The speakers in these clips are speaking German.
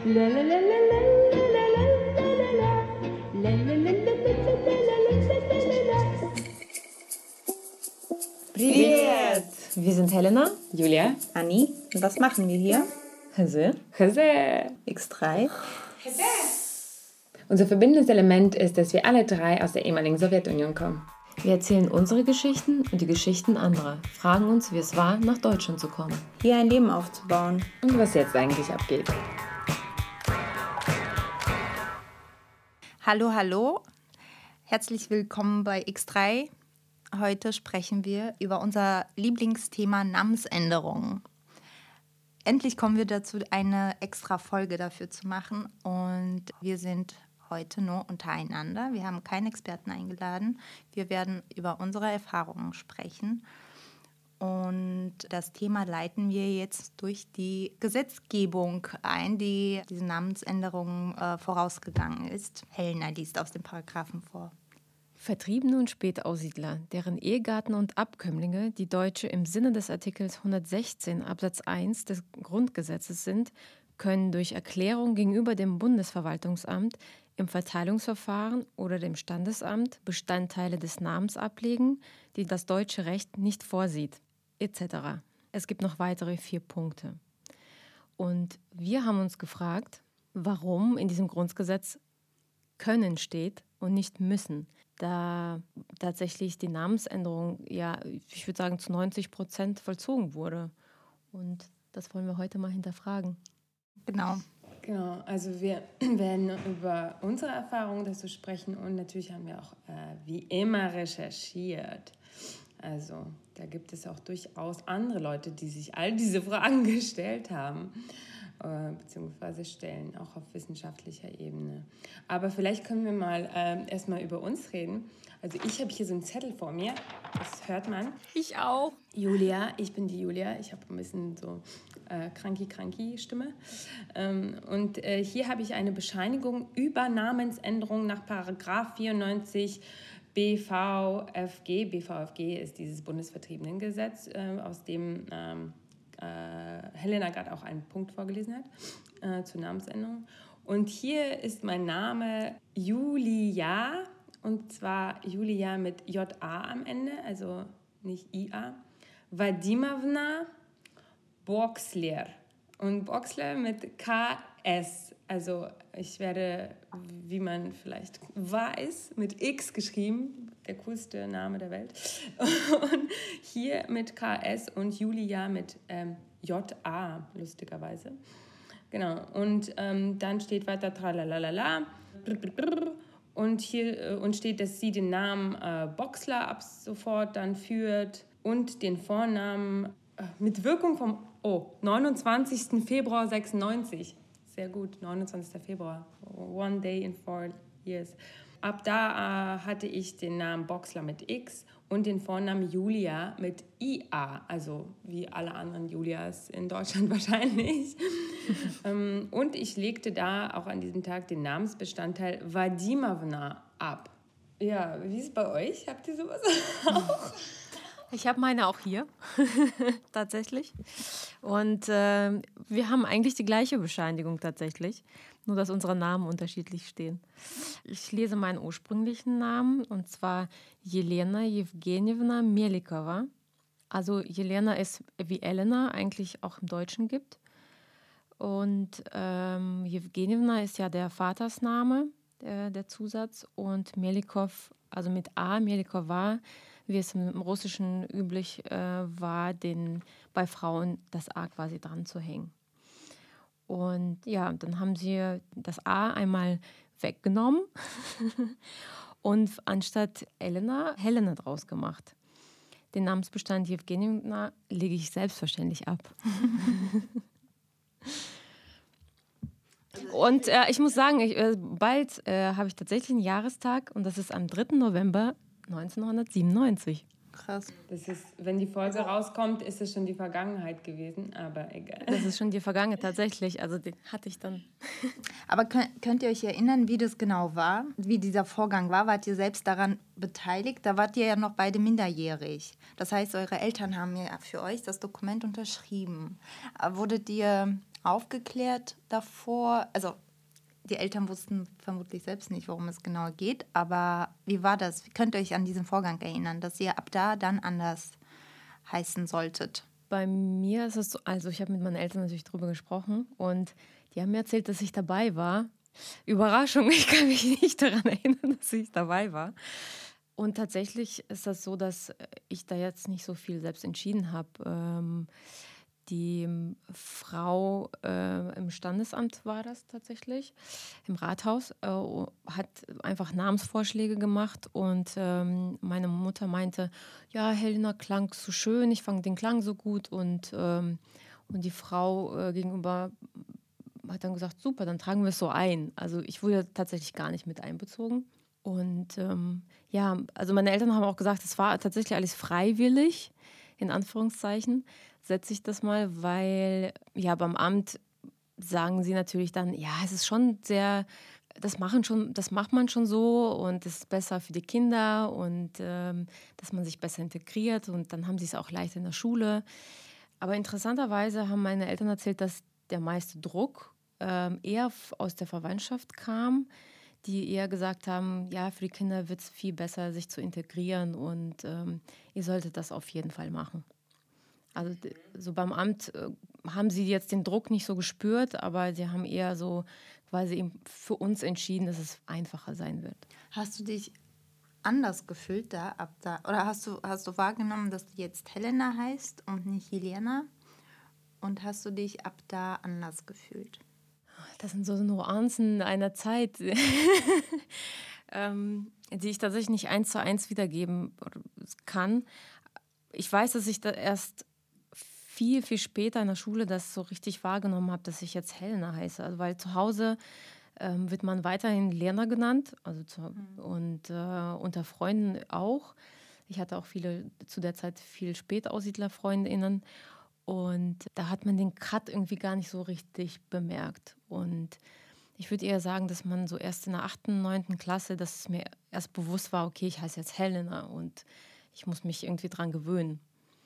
Привет! Wir sind Helena, Julia, Anni, und was machen wir hier? Hase. X3. Unser verbindendes Element ist, dass wir alle drei aus der ehemaligen Sowjetunion kommen. Wir erzählen unsere Geschichten und die Geschichten anderer, fragen uns, wie es war, nach Deutschland zu kommen. Hier ein Leben aufzubauen. Und was jetzt eigentlich abgeht. Hallo, hallo. Herzlich willkommen bei X3. Heute sprechen wir über unser Lieblingsthema Namensänderungen. Endlich kommen wir dazu, eine extra Folge dafür zu machen. Und wir sind heute nur untereinander. Wir haben keinen Experten eingeladen. Wir werden über unsere Erfahrungen sprechen. Und das Thema leiten wir jetzt durch die Gesetzgebung ein, die diese Namensänderungen vorausgegangen ist. Helena liest aus den Paragraphen vor. Vertriebene und Spätaussiedler, deren Ehegatten und Abkömmlinge die Deutsche im Sinne des Artikels 116 Absatz 1 des Grundgesetzes sind, können durch Erklärung gegenüber dem Bundesverwaltungsamt im Verteilungsverfahren oder dem Standesamt Bestandteile des Namens ablegen, die das deutsche Recht nicht vorsieht, etc. Es gibt noch weitere 4 Punkte. Und wir haben uns gefragt, warum in diesem Grundgesetz können steht und nicht müssen, da tatsächlich die Namensänderung, ja, ich würde sagen, zu 90% vollzogen wurde. Und das wollen wir heute mal hinterfragen. Genau, Also wir werden über unsere Erfahrungen dazu sprechen und natürlich haben wir auch wie immer recherchiert. Also da gibt es auch durchaus andere Leute, die sich all diese Fragen gestellt haben, beziehungsweise stellen, auch auf wissenschaftlicher Ebene. Aber vielleicht können wir mal erstmal über uns reden. Also ich habe hier so einen Zettel vor mir, das hört man. Ich auch. Julia, ich bin die Julia, ich habe ein bisschen so kranki Stimme. Und hier habe ich eine Bescheinigung über Namensänderung nach Paragraph 94 BVFG. BVFG ist dieses Bundesvertriebenengesetz, aus dem Helena gerade auch einen Punkt vorgelesen hat zur Namensänderung. Und hier ist mein Name Julia, und zwar Julia mit J-A am Ende, also nicht I-A. Vadimovna Boxler. Und Boxler mit K-S. Also ich werde, wie man vielleicht weiß, mit X geschrieben. Der coolste Name der Welt. Und hier mit K-S und Julia mit J-A, lustigerweise. Genau. Und dann steht weiter tralalala. Und hier steht, dass sie den Namen Boxler ab sofort dann führt und den Vornamen mit Wirkung vom 29. Februar 96. Sehr gut, 29. Februar. One day in 4 years. Ab da hatte ich den Namen Boxler mit X und den Vornamen Julia mit IA, also wie alle anderen Julias in Deutschland wahrscheinlich. Und ich legte da auch an diesem Tag den Namensbestandteil Vadimovna ab. Ja, wie ist es bei euch? Habt ihr sowas auch? Ich habe meine auch hier, tatsächlich. Und wir haben eigentlich die gleiche Bescheinigung tatsächlich, nur dass unsere Namen unterschiedlich stehen. Ich lese meinen ursprünglichen Namen, und zwar Jelena Jewgenjewna Melikova. Also Jelena ist wie Elena eigentlich auch im Deutschen gibt. Und Jewgenjewna ist ja der Vatersname, der Zusatz. Und Melikov, also mit A, Melikova, wie es im Russischen üblich war, bei Frauen das A quasi dran zu hängen. Und ja, dann haben sie das A einmal weggenommen und anstatt Elena, Helena draus gemacht. Den Namensbestand Jewgenjewna lege ich selbstverständlich ab. Und ich muss sagen, bald habe ich tatsächlich einen Jahrestag, und das ist am 3. November 1997. krass. Das ist, wenn die Folge rauskommt, ist es schon die Vergangenheit gewesen, aber egal. Das ist schon die Vergangenheit tatsächlich, also den hatte ich dann. Aber könnt ihr euch erinnern, wie das genau war? Wie dieser Vorgang war? Wart ihr selbst daran beteiligt? Da wart ihr ja noch beide minderjährig. Das heißt, eure Eltern haben ja für euch das Dokument unterschrieben. Wurdet ihr aufgeklärt davor? Also die Eltern wussten vermutlich selbst nicht, worum es genau geht, aber wie war das? Könnt ihr euch an diesen Vorgang erinnern, dass ihr ab da dann anders heißen solltet? Bei mir ist es so, also ich habe mit meinen Eltern natürlich drüber gesprochen und die haben mir erzählt, dass ich dabei war. Überraschung, ich kann mich nicht daran erinnern, dass ich dabei war. Und tatsächlich ist das so, dass ich da jetzt nicht so viel selbst entschieden habe. Die Frau im Standesamt war das tatsächlich, im Rathaus, hat einfach Namensvorschläge gemacht und meine Mutter meinte, ja, Helena klang so schön, ich fand den Klang so gut und die Frau gegenüber hat dann gesagt, super, dann tragen wir es so ein. Also ich wurde tatsächlich gar nicht mit einbezogen. Und ja, also meine Eltern haben auch gesagt, es war tatsächlich alles freiwillig, in Anführungszeichen, setze ich das mal, weil ja beim Amt sagen sie natürlich dann, ja, es ist schon sehr, das macht man schon so und es ist besser für die Kinder und dass man sich besser integriert und dann haben sie es auch leicht in der Schule. Aber interessanterweise haben meine Eltern erzählt, dass der meiste Druck eher aus der Verwandtschaft kam, die eher gesagt haben, ja, für die Kinder wird es viel besser, sich zu integrieren und ihr solltet das auf jeden Fall machen. Also so beim Amt haben sie jetzt den Druck nicht so gespürt, aber sie haben eher so quasi eben für uns entschieden, dass es einfacher sein wird. Hast du dich anders gefühlt da ab da? Oder hast du wahrgenommen, dass du jetzt Helena heißt und nicht Helena? Und hast du dich ab da anders gefühlt? Das sind so Nuancen einer Zeit, die ich tatsächlich nicht 1:1 wiedergeben kann. Ich weiß, dass ich da erst viel, viel später in der Schule das so richtig wahrgenommen habe, dass ich jetzt Helena heiße. Also weil zu Hause wird man weiterhin Lena genannt und unter Freunden auch. Ich hatte auch zu der Zeit viel Spätaussiedlerfreundinnen. Und da hat man den Cut irgendwie gar nicht so richtig bemerkt. Und ich würde eher sagen, dass man so erst in der 8., 9. Klasse, dass es mir erst bewusst war, okay, ich heiße jetzt Helena und ich muss mich irgendwie dran gewöhnen.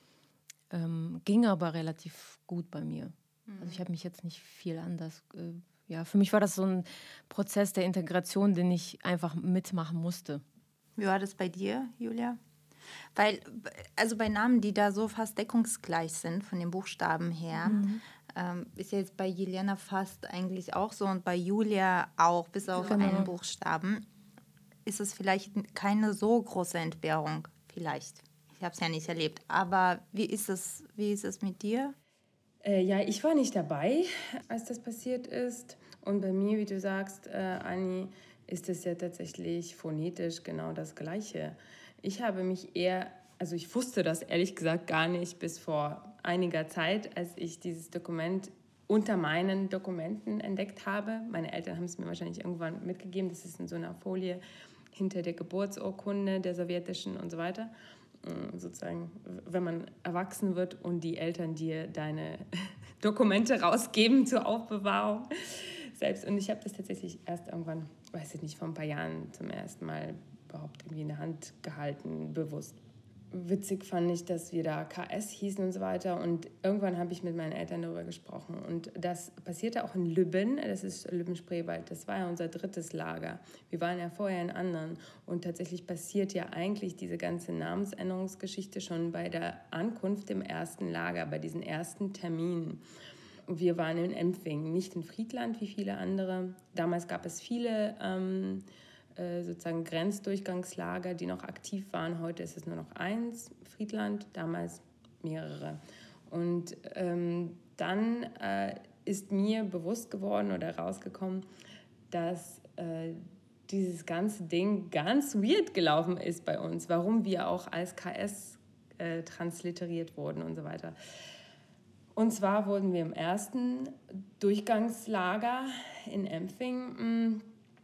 Ging aber relativ gut bei mir. Also ich habe mich jetzt nicht viel anders. Ja, für mich war das so ein Prozess der Integration, den ich einfach mitmachen musste. Wie war das bei dir, Julia? Weil, also bei Namen, die da so fast deckungsgleich sind von den Buchstaben her, ist ja jetzt bei Jelena fast eigentlich auch so und bei Julia auch, bis auf einen Buchstaben, ist es vielleicht keine so große Entbehrung, vielleicht. Ich habe es ja nicht erlebt. Aber wie ist es mit dir? Ja, ich war nicht dabei, als das passiert ist. Und bei mir, wie du sagst, Anni, ist es ja tatsächlich phonetisch genau das Gleiche. Ich habe mich also ich wusste das ehrlich gesagt gar nicht bis vor einiger Zeit, als ich dieses Dokument unter meinen Dokumenten entdeckt habe. Meine Eltern haben es mir wahrscheinlich irgendwann mitgegeben. Das ist in so einer Folie hinter der Geburtsurkunde der sowjetischen und so weiter. Sozusagen, wenn man erwachsen wird und die Eltern dir deine Dokumente rausgeben zur Aufbewahrung selbst. Und ich habe das tatsächlich erst irgendwann, weiß ich nicht, vor ein paar Jahren zum ersten Mal überhaupt irgendwie in der Hand gehalten, bewusst. Witzig fand ich, dass wir da KS hießen und so weiter. Und irgendwann habe ich mit meinen Eltern darüber gesprochen. Und das passierte auch in Lübben, das ist Lübben-Spreewald. Das war ja unser 3. Lager. Wir waren ja vorher in anderen. Und tatsächlich passiert ja eigentlich diese ganze Namensänderungsgeschichte schon bei der Ankunft im 1. Lager, bei diesen ersten Terminen. Wir waren in Empfing, nicht in Friedland wie viele andere. Damals gab es viele sozusagen Grenzdurchgangslager, die noch aktiv waren. Heute ist es nur noch 1, Friedland, damals mehrere. Und dann ist mir bewusst geworden oder rausgekommen, dass dieses ganze Ding ganz weird gelaufen ist bei uns, warum wir auch als KS transliteriert wurden und so weiter. Und zwar wurden wir im 1. Durchgangslager in Empfing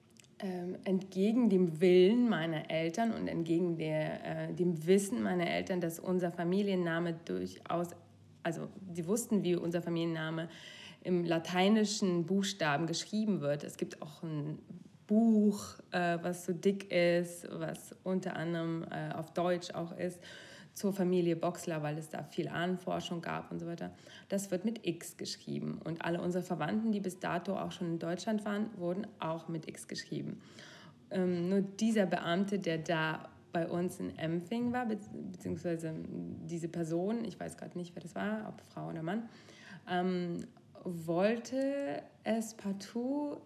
entgegen dem Willen meiner Eltern und entgegen dem Wissen meiner Eltern, dass unser Familienname durchaus, also die wussten, wie unser Familienname im lateinischen Buchstaben geschrieben wird. Es gibt auch ein Buch, was so dick ist, was unter anderem auf Deutsch auch ist, zur Familie Boxler, weil es da viel Ahnenforschung gab und so weiter. Das wird mit X geschrieben. Und alle unsere Verwandten, die bis dato auch schon in Deutschland waren, wurden auch mit X geschrieben. Nur dieser Beamte, der da bei uns in Empfing war, beziehungsweise diese Person, ich weiß gerade nicht, wer das war, ob Frau oder Mann, wollte es partout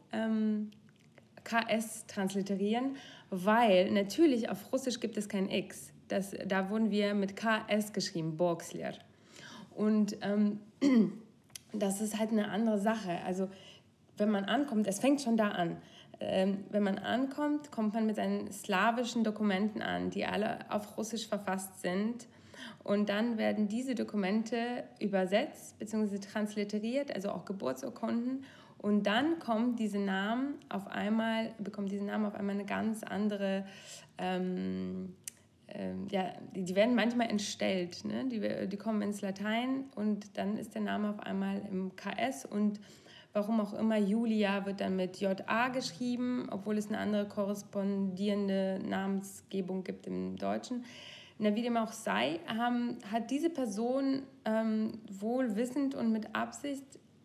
KS transliterieren, weil natürlich auf Russisch gibt es kein X. Da wurden wir mit KS geschrieben, Boxler. Und das ist halt eine andere Sache. Also wenn man ankommt, es fängt schon da an. Wenn man ankommt, kommt man mit seinen slawischen Dokumenten an, die alle auf Russisch verfasst sind. Und dann werden diese Dokumente übersetzt bzw. transliteriert, also auch Geburtsurkunden. Und dann bekommen diese Namen auf einmal eine ganz andere, die werden manchmal entstellt. Ne? Die kommen ins Latein und dann ist der Name auf einmal im KS und warum auch immer, Julia wird dann mit JA geschrieben, obwohl es eine andere korrespondierende Namensgebung gibt im Deutschen. Na, wie dem auch sei, hat diese Person wohl wissend und mit Absicht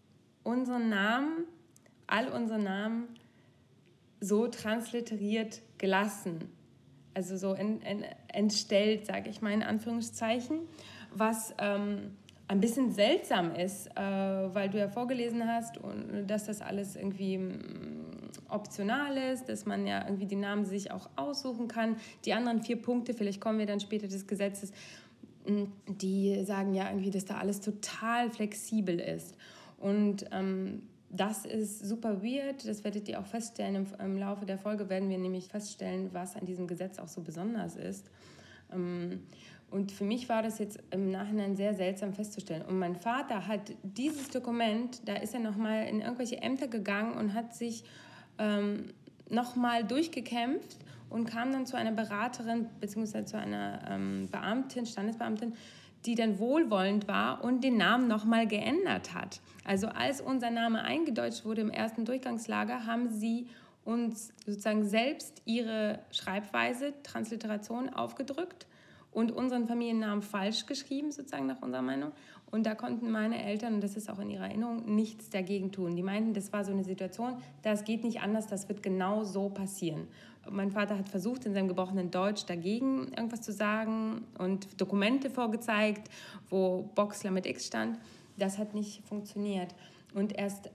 all unsere Namen so transliteriert gelassen. Also so entstellt, sage ich mal in Anführungszeichen, was ein bisschen seltsam ist, weil du ja vorgelesen hast, und dass das alles irgendwie optional ist, dass man ja irgendwie die Namen sich auch aussuchen kann. Die anderen 4 Punkte, vielleicht kommen wir dann später des Gesetzes, die sagen ja irgendwie, dass da alles total flexibel ist. Und das ist super weird, das werdet ihr auch feststellen. Im Laufe der Folge werden wir nämlich feststellen, was an diesem Gesetz auch so besonders ist. Und für mich war das jetzt im Nachhinein sehr seltsam festzustellen. Und mein Vater hat dieses Dokument, da ist er nochmal in irgendwelche Ämter gegangen und hat sich nochmal durchgekämpft und kam dann zu einer Beraterin bzw. zu einer Beamtin, Standesbeamtin, die dann wohlwollend war und den Namen nochmal geändert hat. Also als unser Name eingedeutscht wurde im ersten Durchgangslager, haben sie uns sozusagen selbst ihre Schreibweise, Transliteration aufgedrückt und unseren Familiennamen falsch geschrieben, sozusagen nach unserer Meinung. Und da konnten meine Eltern, und das ist auch in ihrer Erinnerung, nichts dagegen tun. Die meinten, das war so eine Situation, das geht nicht anders, das wird genau so passieren. Mein Vater hat versucht, in seinem gebrochenen Deutsch dagegen irgendwas zu sagen und Dokumente vorgezeigt, wo Boxler mit X stand. Das hat nicht funktioniert. Und erst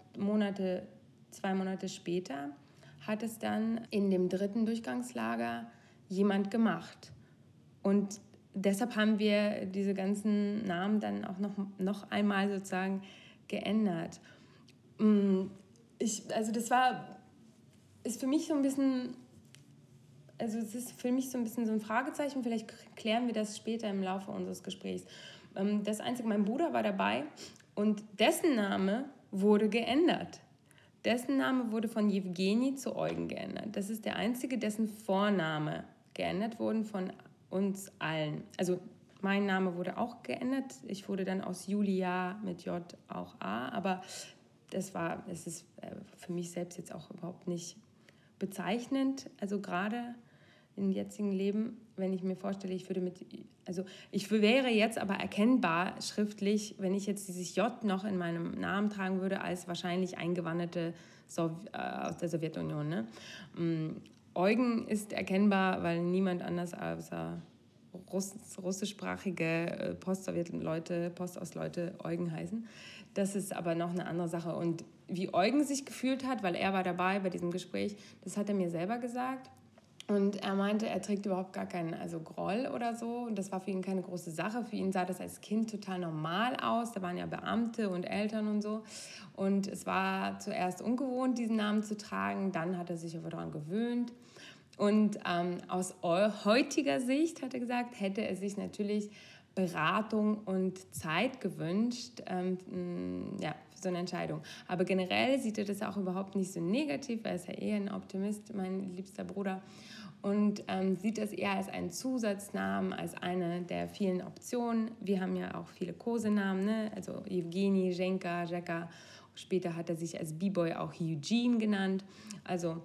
2 Monate später hat es dann in dem 3. Durchgangslager jemand gemacht. Und deshalb haben wir diese ganzen Namen dann auch noch einmal sozusagen geändert. Ist für mich so ein bisschen, also es ist für mich so ein bisschen so ein Fragezeichen, vielleicht klären wir das später im Laufe unseres Gesprächs. Das Einzige, mein Bruder war dabei und dessen Name wurde geändert. Dessen Name wurde von Jewgeni zu Eugen geändert. Das ist der Einzige, dessen Vorname geändert wurde von uns allen. Also mein Name wurde auch geändert. Ich wurde dann aus Julia mit J auch A, aber es ist für mich selbst jetzt auch überhaupt nicht bezeichnend. Also gerade im jetzigen Leben, wenn ich mir vorstelle, ich wäre jetzt aber erkennbar schriftlich, wenn ich jetzt dieses J noch in meinem Namen tragen würde, als wahrscheinlich Eingewanderte aus der Sowjetunion. Ne? Eugen ist erkennbar, weil niemand anders außer russischsprachige Postostleute Eugen heißen. Das ist aber noch eine andere Sache. Und wie Eugen sich gefühlt hat, weil er war dabei bei diesem Gespräch, das hat er mir selber gesagt. Und er meinte, er trägt überhaupt gar keinen Groll oder so. Und das war für ihn keine große Sache. Für ihn sah das als Kind total normal aus. Da waren ja Beamte und Eltern und so. Und es war zuerst ungewohnt, diesen Namen zu tragen. Dann hat er sich aber daran gewöhnt. Und aus heutiger Sicht, hat er gesagt, hätte er sich natürlich Beratung und Zeit gewünscht für so eine Entscheidung. Aber generell sieht er das auch überhaupt nicht so negativ. Er ist ja eher ein Optimist, mein liebster Bruder. Und sieht das eher als einen Zusatznamen, als eine der vielen Optionen. Wir haben ja auch viele Kosenamen, ne? Also Jewgeni, Jenka, Jekka. Später hat er sich als B-Boy auch Eugene genannt. Also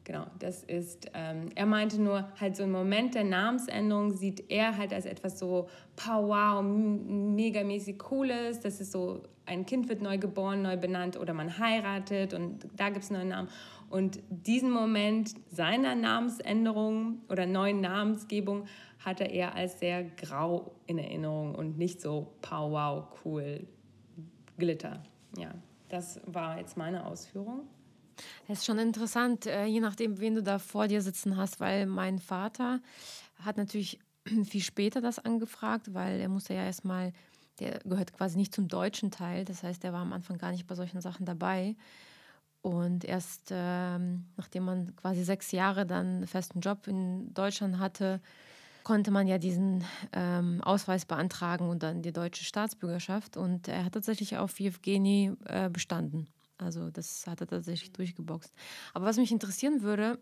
Genau, das ist, er meinte nur, halt so einen Moment der Namensänderung sieht er halt als etwas so wow, megamäßig Cooles, das ist so, ein Kind wird neu geboren, neu benannt oder man heiratet und da gibt es einen neuen Namen. Und diesen Moment seiner Namensänderung oder neuen Namensgebung hatte er als sehr grau in Erinnerung und nicht so wow, cool, Glitter. Ja, das war jetzt meine Ausführung. Es ist schon interessant, je nachdem, wen du da vor dir sitzen hast, weil mein Vater hat natürlich viel später das angefragt, weil er musste ja erstmal, der gehört quasi nicht zum deutschen Teil, das heißt, er war am Anfang gar nicht bei solchen Sachen dabei. Und erst nachdem man quasi 6 Jahre dann einen festen Job in Deutschland hatte, konnte man ja diesen Ausweis beantragen und dann die deutsche Staatsbürgerschaft. Und er hat tatsächlich auf Jewgeni bestanden. Also das hat er tatsächlich durchgeboxt. Aber was mich interessieren würde,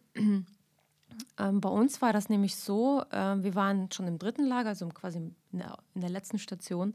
bei uns war das nämlich so, wir waren schon im 3. Lager, also quasi in der letzten Station.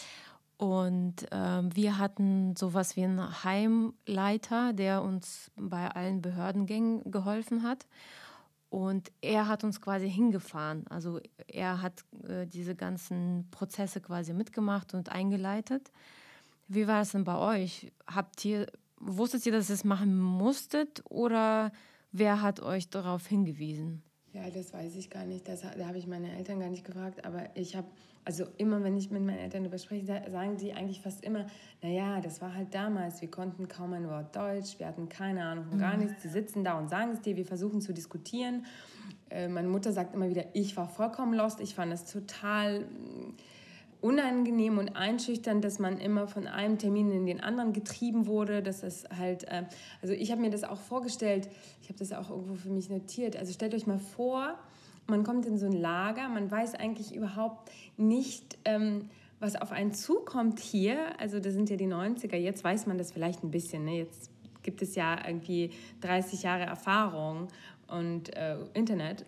Und wir hatten sowas wie einen Heimleiter, der uns bei allen Behördengängen geholfen hat. Und er hat uns quasi hingefahren. Also er hat diese ganzen Prozesse quasi mitgemacht und eingeleitet. Wie war es denn bei euch? Wusstet ihr, dass ihr es machen musstet oder wer hat euch darauf hingewiesen? Ja, das weiß ich gar nicht. Da habe ich meine Eltern gar nicht gefragt. Aber ich habe, also immer, wenn ich mit meinen Eltern darüber spreche, sagen die eigentlich fast immer, naja, das war halt damals, wir konnten kaum ein Wort Deutsch, wir hatten keine Ahnung von gar nichts. Die sitzen da und sagen es dir, wir versuchen zu diskutieren. Meine Mutter sagt immer wieder, ich war vollkommen lost, ich fand es total unangenehm und einschüchternd, dass man immer von einem Termin in den anderen getrieben wurde. Das ist halt, also ich habe mir das auch vorgestellt, ich habe das auch irgendwo für mich notiert. Also stellt euch mal vor, man kommt in so ein Lager, man weiß eigentlich überhaupt nicht, was auf einen zukommt hier. Also das sind ja die 90er, jetzt weiß man das vielleicht ein bisschen, ne? Jetzt gibt es ja irgendwie 30 Jahre Erfahrung und Internet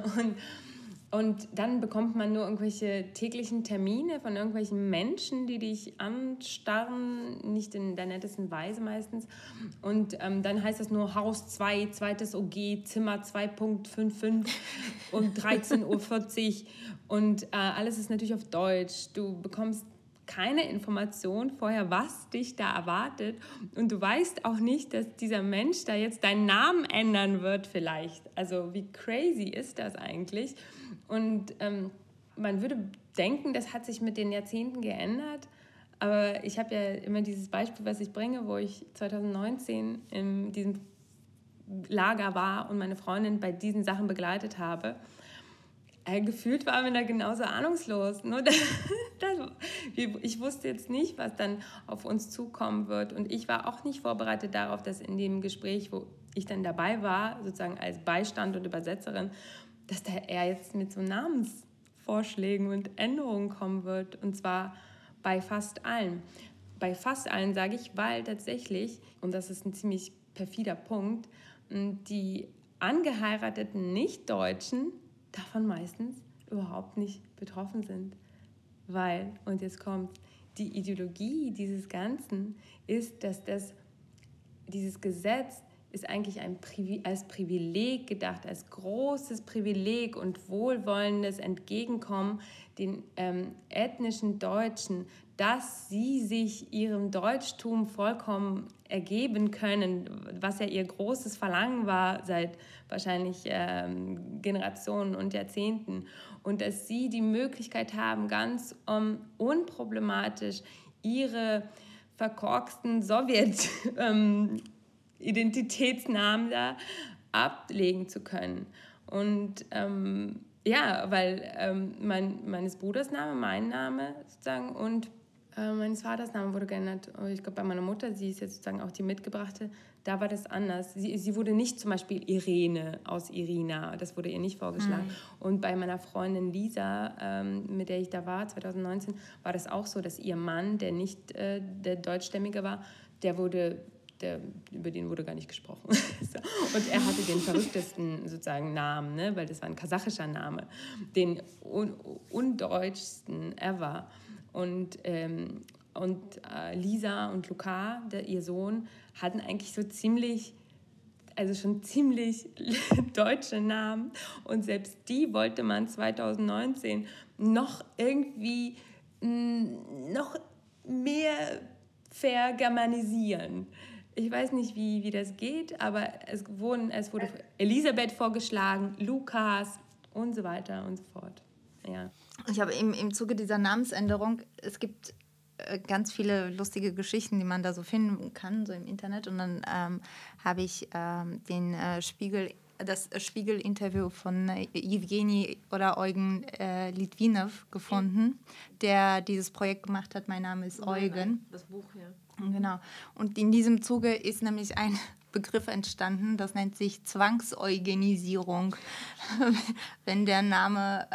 und dann bekommt man nur irgendwelche täglichen Termine von irgendwelchen Menschen, die dich anstarren, nicht in der nettesten Weise meistens. Und dann heißt das nur Haus 2, zweites OG, Zimmer 2.55 und 13:40 Uhr. Und alles ist natürlich auf Deutsch. Du bekommst keine Information vorher, was dich da erwartet. Und du weißt auch nicht, dass dieser Mensch da jetzt deinen Namen ändern wird vielleicht. Also wie crazy ist das eigentlich? Und man würde denken, das hat sich mit den Jahrzehnten geändert. Aber ich habe ja immer dieses Beispiel, was ich bringe, wo ich 2019 in diesem Lager war und meine Freundin bei diesen Sachen begleitet habe. Gefühlt waren wir da genauso ahnungslos. Nur ich wusste jetzt nicht, was dann auf uns zukommen wird. Und ich war auch nicht vorbereitet darauf, dass in dem Gespräch, wo ich dann dabei war, sozusagen als Beistand und Übersetzerin, dass er jetzt mit so Namensvorschlägen und Änderungen kommen wird. Und zwar bei fast allen. Bei fast allen sage ich, weil tatsächlich, und das ist ein ziemlich perfider Punkt, die angeheirateten Nicht-Deutschen davon meistens überhaupt nicht betroffen sind. Weil, und jetzt kommt, die Ideologie dieses Ganzen ist, dass dieses Gesetz ist eigentlich als Privileg gedacht, als großes Privileg und wohlwollendes Entgegenkommen den ethnischen Deutschen, dass sie sich ihrem Deutschtum vollkommen ergeben können, was ja ihr großes Verlangen war seit wahrscheinlich Generationen und Jahrzehnten. Und dass sie die Möglichkeit haben, ganz unproblematisch ihre verkorksten Sowjet-Identitätsnamen da ablegen zu können. Und ja, weil meines Bruders Name, mein Name sozusagen und meines Vaters Name wurde geändert. Ich glaube, bei meiner Mutter, sie ist jetzt sozusagen auch die Mitgebrachte, da war das anders. Sie wurde nicht zum Beispiel Irene aus Irina, das wurde ihr nicht vorgeschlagen. Und bei meiner Freundin Lisa, mit der ich da war, 2019, war das auch so, dass ihr Mann, der nicht der Deutschstämmige war, über den wurde gar nicht gesprochen. Und er hatte den verrücktesten sozusagen Namen, ne? Weil das war ein kasachischer Name, den undeutschsten ever. Und Lisa und Luca, ihr Sohn, hatten eigentlich so ziemlich also schon ziemlich deutsche Namen. Und selbst die wollte man 2019 noch irgendwie noch mehr vergermanisieren. Ich weiß nicht, wie das geht, aber es wurde Elisabeth vorgeschlagen, Lukas und so weiter und so fort. Ja. Ich habe im Zuge dieser Namensänderung, es gibt ganz viele lustige Geschichten, die man da so finden kann, so im Internet. Und dann habe ich das Spiegel-Interview von Evgeny oder Eugen Litwinow gefunden, der dieses Projekt gemacht hat. Mein Name ist Eugen. Das Buch, ja. Genau. Und in diesem Zuge ist nämlich ein Begriff entstanden, das nennt sich Zwangseugenisierung. wenn der Name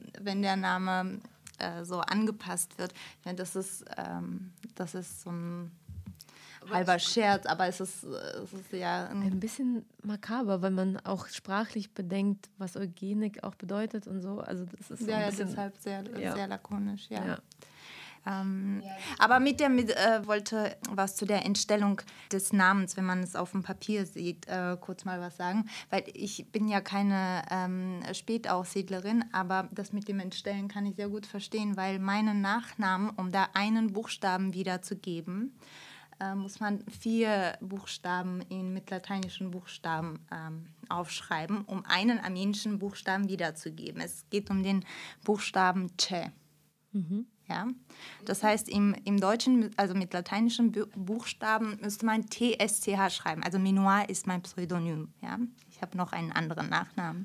so angepasst wird. Ja, das ist so ein halber Scherz, aber es ist ja... Ein bisschen makaber, weil man auch sprachlich bedenkt, was Eugenik auch bedeutet und so. Also das ist so ein bisschen, deshalb sehr lakonisch, ja. Ja. Aber wollte was zu der Entstellung des Namens, wenn man es auf dem Papier sieht, kurz mal was sagen. Weil ich bin ja keine Spätaussiedlerin, aber das mit dem Entstellen kann ich sehr gut verstehen, weil meinen Nachnamen, um da einen Buchstaben wiederzugeben, muss man 4 Buchstaben in mitlateinischen Buchstaben aufschreiben, um einen armenischen Buchstaben wiederzugeben. Es geht um den Buchstaben Che. Mhm. Ja? Das heißt, im Deutschen, also mit lateinischen Buchstaben, müsste man TSCH schreiben. Also Minoir ist mein Pseudonym. Ja? Ich habe noch einen anderen Nachnamen.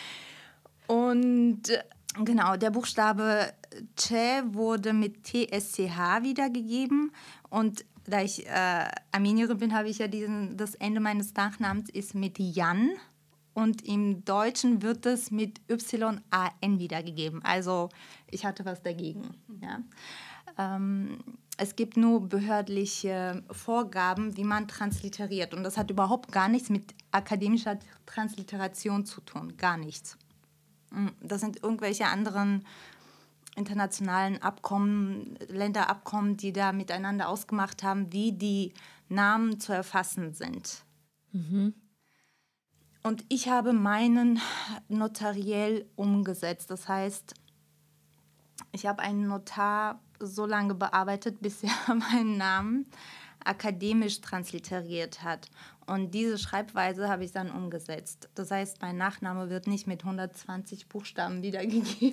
Und genau, der Buchstabe Che wurde mit TSCH wiedergegeben. Und da ich Armenierin bin, habe ich ja das Ende meines Nachnamens ist mit Jan. Und im Deutschen wird es mit YAN wiedergegeben. Also ich hatte was dagegen. Ja. Es gibt nur behördliche Vorgaben, wie man transliteriert. Und das hat überhaupt gar nichts mit akademischer Transliteration zu tun. Gar nichts. Das sind irgendwelche anderen internationalen Abkommen, Länderabkommen, die da miteinander ausgemacht haben, wie die Namen zu erfassen sind. Mhm. Und ich habe meinen notariell umgesetzt. Das heißt, ich habe einen Notar so lange bearbeitet, bis er meinen Namen akademisch transliteriert hat. Und diese Schreibweise habe ich dann umgesetzt. Das heißt, mein Nachname wird nicht mit 120 Buchstaben wiedergegeben,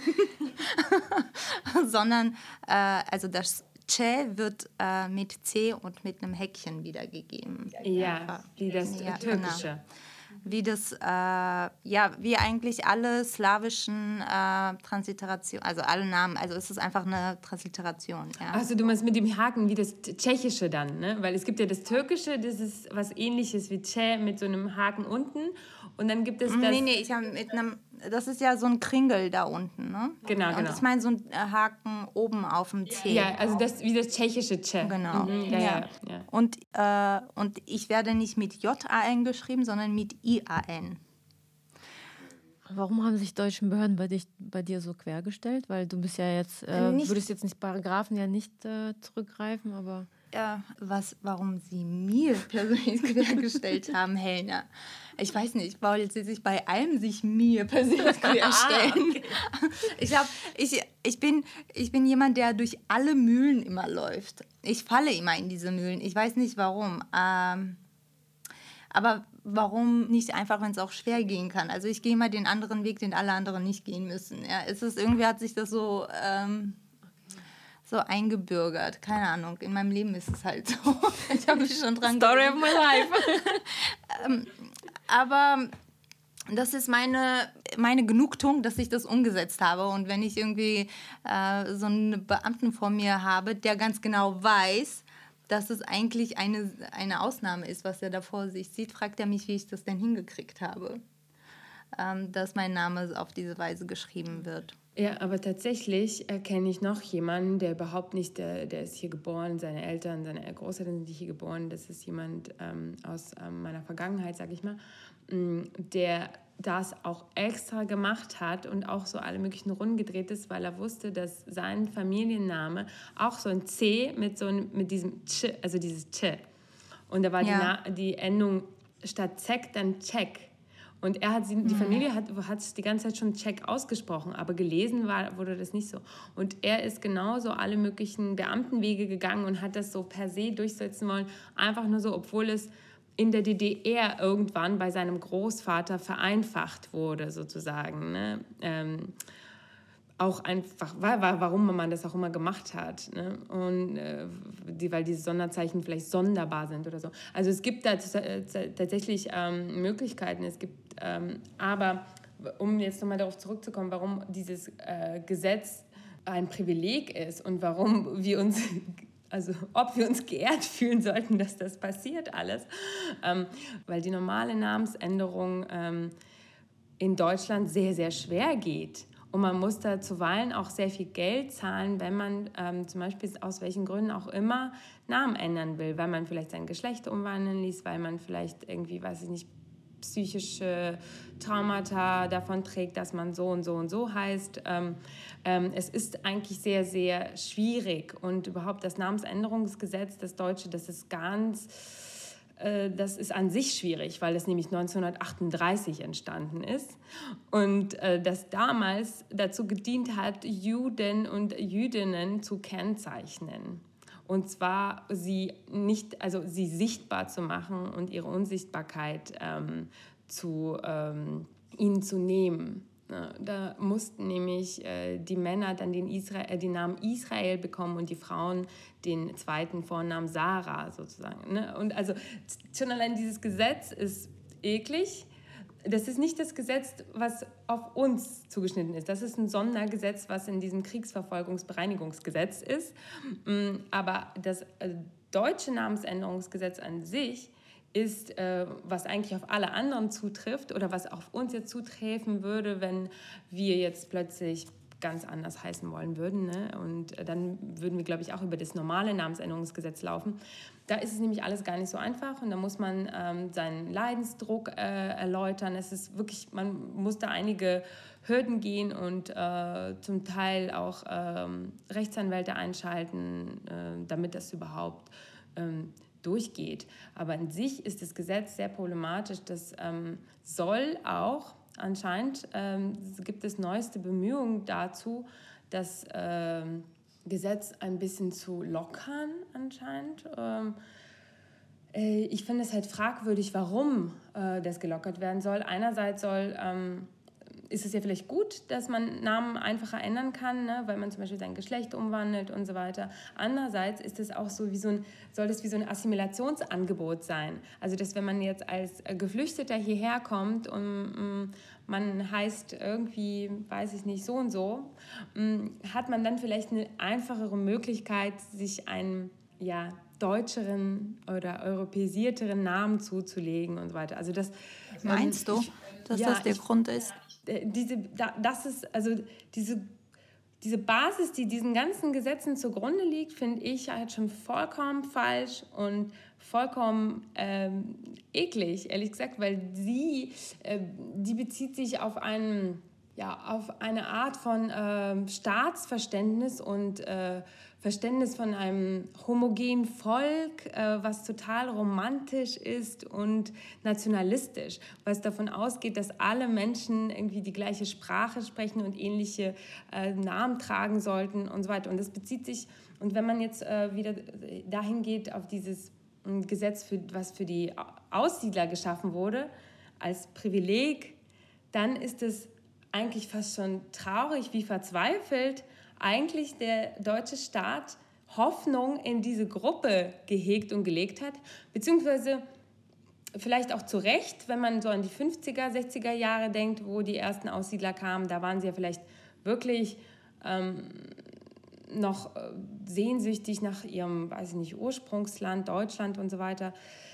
sondern also das Che wird mit C und mit einem Häkchen wiedergegeben. Ja, wie das Türkische. Genau. Wie das, wie eigentlich alle slawischen Transliterationen, also alle Namen, also es ist einfach eine Transliteration. Ja. Also du meinst mit dem Haken wie das Tschechische dann, ne? Weil es gibt ja das Türkische, das ist was Ähnliches wie Tschä mit so einem Haken unten und dann gibt es das... Nee, das ist ja so ein Kringel da unten, ne? Genau. Und ich meine so ein Haken oben auf dem C. Ja, also das wie das tschechische Tschä. Genau. Mhm, ja. Und ich werde nicht mit J-A-N geschrieben, sondern mit I-A-N. Warum haben sich deutsche Behörden bei dir so quergestellt? Weil du bist ja jetzt, würdest jetzt nicht Paragraphen ja nicht zurückgreifen, aber... Ja, warum sie mir persönlich quergestellt haben, Helena. Ich weiß nicht, weil sie sich bei allem mir persönlich querstellen. Okay. Ich bin jemand, der durch alle Mühlen immer läuft. Ich falle immer in diese Mühlen. Ich weiß nicht, warum. Aber warum nicht einfach, wenn es auch schwer gehen kann? Also ich gehe immer den anderen Weg, den alle anderen nicht gehen müssen. Ja, irgendwie hat sich das so eingebürgert. Keine Ahnung, in meinem Leben ist es halt so. Ich habe mich schon dran Story of my life. Aber das ist meine Genugtuung, dass ich das umgesetzt habe. Und wenn ich irgendwie so einen Beamten vor mir habe, der ganz genau weiß, dass es eigentlich eine Ausnahme ist, was er da vor sich sieht, fragt er mich, wie ich das denn hingekriegt habe, dass mein Name auf diese Weise geschrieben wird. Ja, aber tatsächlich kenne ich noch jemanden, der überhaupt nicht, der ist hier geboren, seine Eltern, seine Großeltern sind hier geboren, das ist jemand aus meiner Vergangenheit, sage ich mal, der das auch extra gemacht hat und auch so alle möglichen Runden gedreht ist, weil er wusste, dass sein Familienname auch so ein C mit diesem Ch, also dieses Ch. Und da war die Endung statt Zek dann Czech. Und die Familie hat die ganze Zeit schon Czech ausgesprochen, aber gelesen wurde das nicht so. Und er ist genauso alle möglichen Beamtenwege gegangen und hat das so per se durchsetzen wollen, einfach nur so, obwohl es in der DDR irgendwann bei seinem Großvater vereinfacht wurde, sozusagen. Ne? Auch einfach, warum man das auch immer gemacht hat. Ne? Und weil diese Sonderzeichen vielleicht sonderbar sind oder so. Also es gibt da tatsächlich Möglichkeiten. Es gibt, aber um jetzt nochmal darauf zurückzukommen, warum dieses Gesetz ein Privileg ist und warum wir uns, also ob wir uns geehrt fühlen sollten, dass das passiert alles. Weil die normale Namensänderung in Deutschland sehr, sehr schwer geht. Und man muss da zuweilen auch sehr viel Geld zahlen, wenn man zum Beispiel aus welchen Gründen auch immer Namen ändern will. Weil man vielleicht sein Geschlecht umwandeln ließ, weil man vielleicht irgendwie, weiß ich nicht, psychische Traumata davon trägt, dass man so und so und so heißt. Es ist eigentlich sehr, sehr schwierig. Und überhaupt das Namensänderungsgesetz, das Deutsche, das ist an sich schwierig, weil es nämlich 1938 entstanden ist und das damals dazu gedient hat, Juden und Jüdinnen zu kennzeichnen. Und zwar sie sichtbar zu machen und ihre Unsichtbarkeit ihnen zu nehmen. Da mussten nämlich die Männer dann den Namen Israel bekommen und die Frauen den zweiten Vornamen Sarah sozusagen. Ne? Und also schon allein dieses Gesetz ist eklig. Das ist nicht das Gesetz, was auf uns zugeschnitten ist. Das ist ein Sondergesetz, was in diesem Kriegsverfolgungsbereinigungsgesetz ist. Aber das deutsche Namensänderungsgesetz an sich ist, was eigentlich auf alle anderen zutrifft oder was auf uns jetzt zutreffen würde, wenn wir jetzt plötzlich ganz anders heißen wollen würden. Ne? Und dann würden wir, glaube ich, auch über das normale Namensänderungsgesetz laufen. Da ist es nämlich alles gar nicht so einfach und da muss man seinen Leidensdruck erläutern. Es ist wirklich, man muss da einige Hürden gehen und zum Teil auch Rechtsanwälte einschalten, damit das überhaupt durchgeht. Aber in sich ist das Gesetz sehr problematisch. Das soll auch, anscheinend gibt es neueste Bemühungen dazu, das Gesetz ein bisschen zu lockern anscheinend. Ich finde es halt fragwürdig, warum das gelockert werden soll. Einerseits ist es ja vielleicht gut, dass man Namen einfacher ändern kann, ne, weil man zum Beispiel sein Geschlecht umwandelt und so weiter. Andererseits ist es auch so soll es wie so ein Assimilationsangebot sein. Also dass wenn man jetzt als Geflüchteter hierher kommt und man heißt irgendwie, weiß ich nicht, so und so, hat man dann vielleicht eine einfachere Möglichkeit, sich einen deutscheren oder europäisierteren Namen zuzulegen und so weiter. Also das meinst du, dass das der Grund ist? Diese Basis, die diesen ganzen Gesetzen zugrunde liegt, finde ich halt schon vollkommen falsch und vollkommen eklig, ehrlich gesagt, weil die bezieht sich auf eine Art von Staatsverständnis und Verständnis von einem homogenen Volk, was total romantisch ist und nationalistisch, was davon ausgeht, dass alle Menschen irgendwie die gleiche Sprache sprechen und ähnliche Namen tragen sollten und so weiter. Und das bezieht sich, und wenn man jetzt wieder dahin geht auf dieses Gesetz, was für die Aussiedler geschaffen wurde, als Privileg, dann ist es eigentlich fast schon traurig, wie verzweifelt eigentlich der deutsche Staat Hoffnung in diese Gruppe gehegt und gelegt hat, beziehungsweise vielleicht auch zu Recht, wenn man so an die 50er, 60er Jahre denkt, wo die ersten Aussiedler kamen, da waren sie ja vielleicht wirklich noch sehnsüchtig nach ihrem, weiß ich nicht, Ursprungsland, Deutschland und so weiter.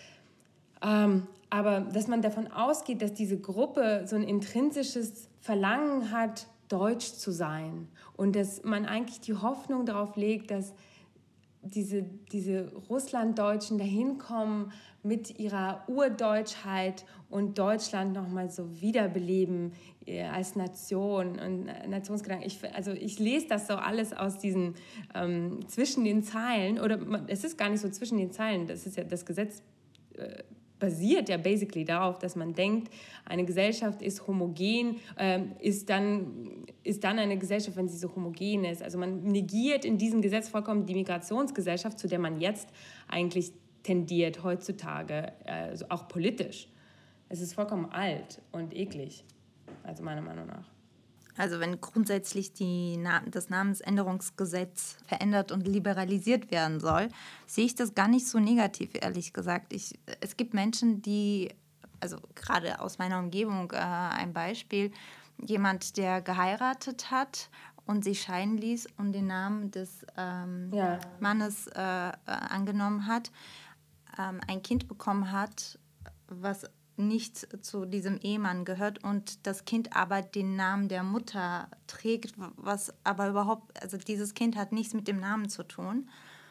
Aber dass man davon ausgeht, dass diese Gruppe so ein intrinsisches Verlangen hat, deutsch zu sein und dass man eigentlich die Hoffnung darauf legt, dass diese Russlanddeutschen dahin kommen mit ihrer Urdeutschheit und Deutschland nochmal so wiederbeleben als Nation und Nationsgedanken. Ich lese das so alles aus diesen zwischen den Zeilen, oder es ist gar nicht so zwischen den Zeilen, das ist ja das Gesetz basiert ja basically darauf, dass man denkt, eine Gesellschaft ist homogen, ist dann eine Gesellschaft, wenn sie so homogen ist. Also man negiert in diesem Gesetz vollkommen die Migrationsgesellschaft, zu der man jetzt eigentlich tendiert heutzutage, also auch politisch. Es ist vollkommen alt und eklig, also meiner Meinung nach. Also wenn grundsätzlich das Namensänderungsgesetz verändert und liberalisiert werden soll, sehe ich das gar nicht so negativ, ehrlich gesagt. Es gibt Menschen, die, also gerade aus meiner Umgebung ein Beispiel, jemand, der geheiratet hat und sich scheiden ließ und den Namen des Mannes angenommen hat, ein Kind bekommen hat, was nicht zu diesem Ehemann gehört und das Kind aber den Namen der Mutter trägt, was aber überhaupt, also dieses Kind hat nichts mit dem Namen zu tun.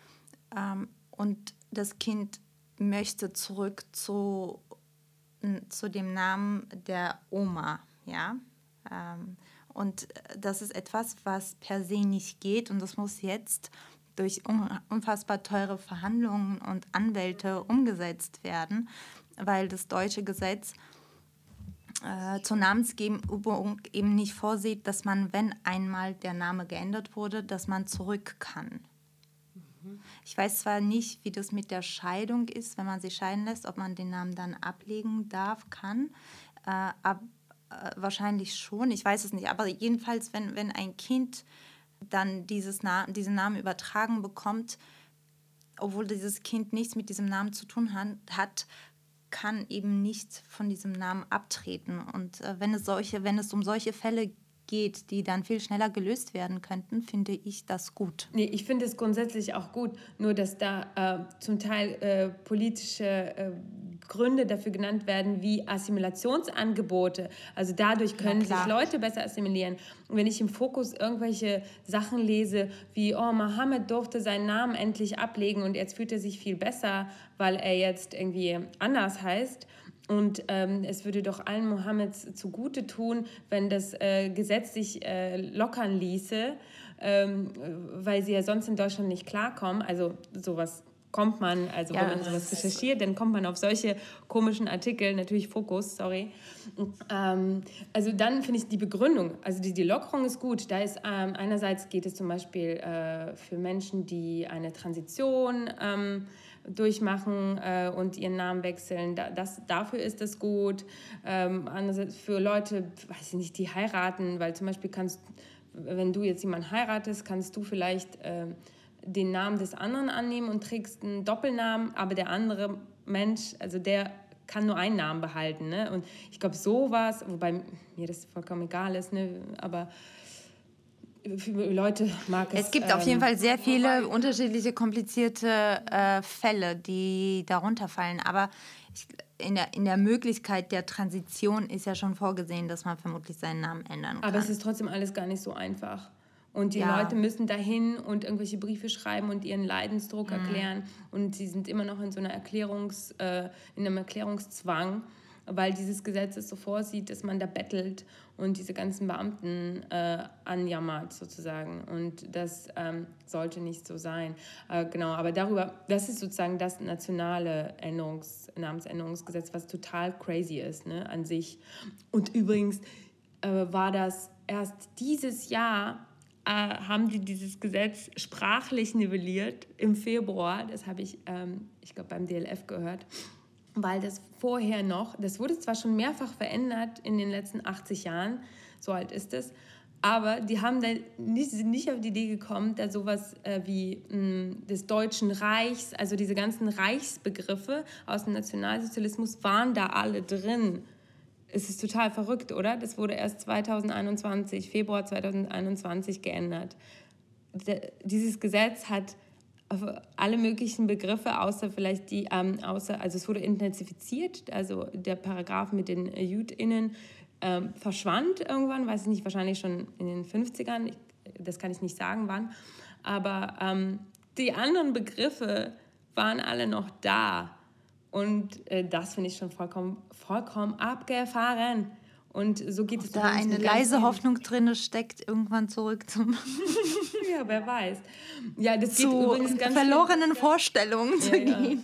Und das Kind möchte zurück zu dem Namen der Oma, ja. Und das ist etwas, was per se nicht geht und das muss jetzt durch unfassbar teure Verhandlungen und Anwälte umgesetzt werden, weil das deutsche Gesetz zur Namensgebung eben nicht vorsieht, dass man, wenn einmal der Name geändert wurde, dass man zurück kann. Ich weiß zwar nicht, wie das mit der Scheidung ist, wenn man sich scheiden lässt, ob man den Namen dann ablegen darf, kann, wahrscheinlich schon, ich weiß es nicht, aber jedenfalls, wenn ein Kind dann diesen Namen übertragen bekommt, obwohl dieses Kind nichts mit diesem Namen zu tun hat, kann eben nicht von diesem Namen abtreten. Und wenn es um solche Fälle geht, die dann viel schneller gelöst werden könnten, finde ich das gut. Nee, ich finde es grundsätzlich auch gut, nur dass da zum Teil politische Gründe dafür genannt werden, wie Assimilationsangebote. Also dadurch können sich Leute besser assimilieren. Und wenn ich im Fokus irgendwelche Sachen lese, wie, Mohammed durfte seinen Namen endlich ablegen und jetzt fühlt er sich viel besser, weil er jetzt irgendwie anders heißt. Und es würde doch allen Mohammeds zugute tun, wenn das Gesetz sich lockern ließe, weil sie ja sonst in Deutschland nicht klarkommen. Also sowas kommt man, also wenn man sowas recherchiert, dann kommt man auf solche komischen Artikel, natürlich Fokus, sorry. Also dann finde ich die Begründung, also die Lockerung ist gut. Da ist einerseits geht es zum Beispiel für Menschen, die eine Transition durchmachen und ihren Namen wechseln. Dafür ist das gut. Andererseits für Leute, weiß ich nicht, die heiraten, weil zum Beispiel wenn du jetzt jemanden heiratest, kannst du vielleicht den Namen des anderen annehmen und trägst einen Doppelnamen, aber der andere Mensch, also der kann nur einen Namen behalten. Ne? Und ich glaube, sowas, wobei mir das vollkommen egal ist, ne? Aber für Leute mag es... Es gibt auf jeden Fall sehr viele unterschiedliche, komplizierte Fälle, die darunter fallen. Aber in der Möglichkeit der Transition ist ja schon vorgesehen, dass man vermutlich seinen Namen ändern kann. Aber es ist trotzdem alles gar nicht so einfach. Und die Leute müssen dahin und irgendwelche Briefe schreiben und ihren Leidensdruck erklären. Und sie sind immer noch in so einer in einem Erklärungszwang, weil dieses Gesetz es so vorsieht, dass man da bettelt und diese ganzen Beamten anjammert sozusagen. Und das sollte nicht so sein. Genau, aber das ist sozusagen das nationale Namensänderungsgesetz, was total crazy ist, ne, an sich. Und übrigens war das erst dieses Jahr, haben die dieses Gesetz sprachlich nivelliert im Februar. Das habe ich glaube, beim DLF gehört. Weil das vorher das wurde zwar schon mehrfach verändert in den letzten 80 Jahren, so alt ist es, aber die haben dann nicht auf die Idee gekommen, da sowas wie des Deutschen Reichs, also diese ganzen Reichsbegriffe aus dem Nationalsozialismus waren da alle drin. Es ist total verrückt, oder? Das wurde erst Februar 2021 geändert. Dieses Gesetz hat alle möglichen Begriffe, außer vielleicht also es wurde intensifiziert, also der Paragraph mit den JüdInnen verschwand irgendwann, weiß ich nicht, wahrscheinlich schon in den 50ern, das kann ich nicht sagen, wann, aber die anderen Begriffe waren alle noch da. Und das finde ich schon vollkommen abgefahren. Und so geht es. Da eine leise Hoffnung drin steckt, irgendwann zurück zum ja, wer weiß. Ja, das geht zu übrigens ganz verlorenen Vorstellungen zu gehen.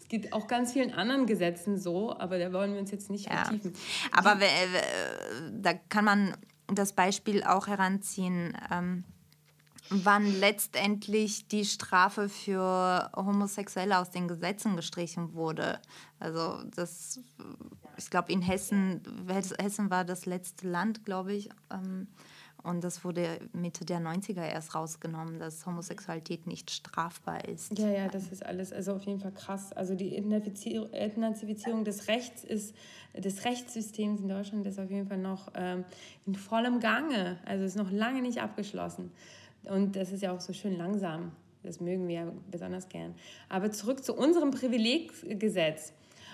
Es geht auch ganz vielen anderen Gesetzen so, aber da wollen wir uns jetzt nicht vertiefen. Aber da kann man das Beispiel auch heranziehen, wann letztendlich die Strafe für Homosexuelle aus den Gesetzen gestrichen wurde. Also ich glaube, in Hessen war das letzte Land, glaube ich, und das wurde Mitte der 90er erst rausgenommen, dass Homosexualität nicht strafbar ist. Ja, das ist alles also auf jeden Fall krass. Also die Entnazifizierung des Rechtssystems in Deutschland ist auf jeden Fall noch in vollem Gange. Also ist noch lange nicht abgeschlossen. Und das ist ja auch so schön langsam. Das mögen wir ja besonders gern. Aber zurück zu unserem Privileggesetz.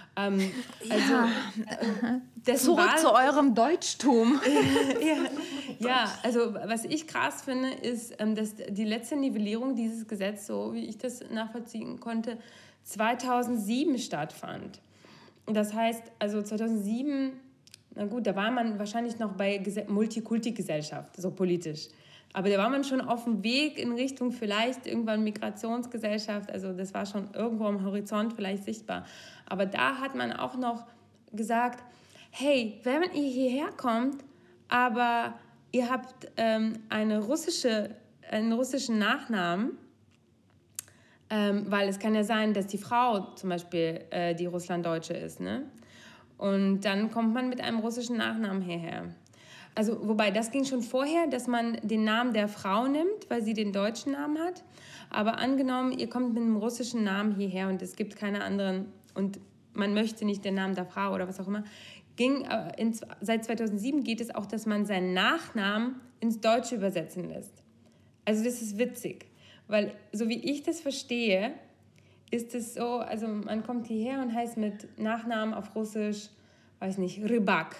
Zurück zu eurem Deutschtum. Ja, also was ich krass finde, ist, dass die letzte Nivellierung dieses Gesetzes, so wie ich das nachvollziehen konnte, 2007 stattfand. Das heißt, also 2007, na gut, da war man wahrscheinlich noch bei Multikulti-Gesellschaft, so politisch. Aber da war man schon auf dem Weg in Richtung vielleicht irgendwann Migrationsgesellschaft. Also das war schon irgendwo am Horizont vielleicht sichtbar. Aber da hat man auch noch gesagt, hey, wenn ihr hierher kommt, aber ihr habt einen russischen Nachnamen, weil es kann ja sein, dass die Frau zum Beispiel die Russlanddeutsche ist, ne? Und dann kommt man mit einem russischen Nachnamen hierher. Also, wobei, das ging schon vorher, dass man den Namen der Frau nimmt, weil sie den deutschen Namen hat. Aber angenommen, ihr kommt mit einem russischen Namen hierher und es gibt keine anderen und man möchte nicht den Namen der Frau oder was auch immer, seit 2007 geht es auch, dass man seinen Nachnamen ins Deutsche übersetzen lässt. Also das ist witzig, weil so wie ich das verstehe, ist es so, also man kommt hierher und heißt mit Nachnamen auf Russisch, weiß nicht, Rybak.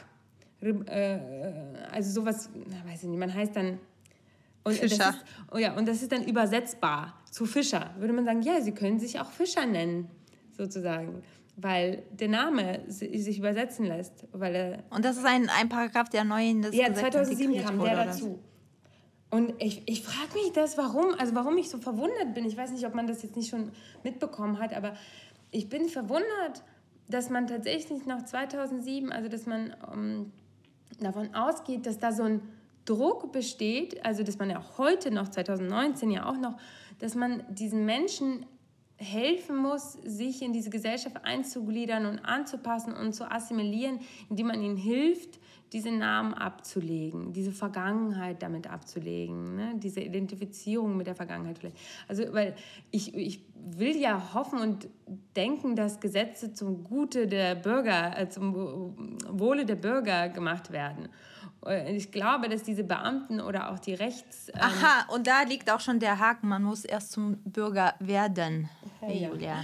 Also sowas, weiß ich nicht, man heißt dann... Und Fischer. Und das ist dann übersetzbar zu Fischer. Würde man sagen, ja, Sie können sich auch Fischer nennen, sozusagen. Weil der Name sich übersetzen lässt. Und das ist ein Paragraph, der neu in das Gesetz 2007 kam wurde, der dazu. Und ich frage mich warum ich so verwundert bin. Ich weiß nicht, ob man das jetzt nicht schon mitbekommen hat, aber ich bin verwundert, dass man tatsächlich nach 2007, also dass man davon ausgeht, dass da so ein Druck besteht, also dass man ja auch heute noch, 2019 ja auch noch, dass man diesen Menschen helfen muss, sich in diese Gesellschaft einzugliedern und anzupassen und zu assimilieren, indem man ihnen hilft, diese Namen abzulegen, diese Vergangenheit damit abzulegen, ne? Diese Identifizierung mit der Vergangenheit vielleicht. Also, weil ich will ja hoffen und denken, dass Gesetze zum Gute der Bürger, zum Wohle der Bürger gemacht werden. Ich glaube, dass diese Beamten oder auch die Aha, und da liegt auch schon der Haken. Man muss erst zum Bürger werden, ja. Julia.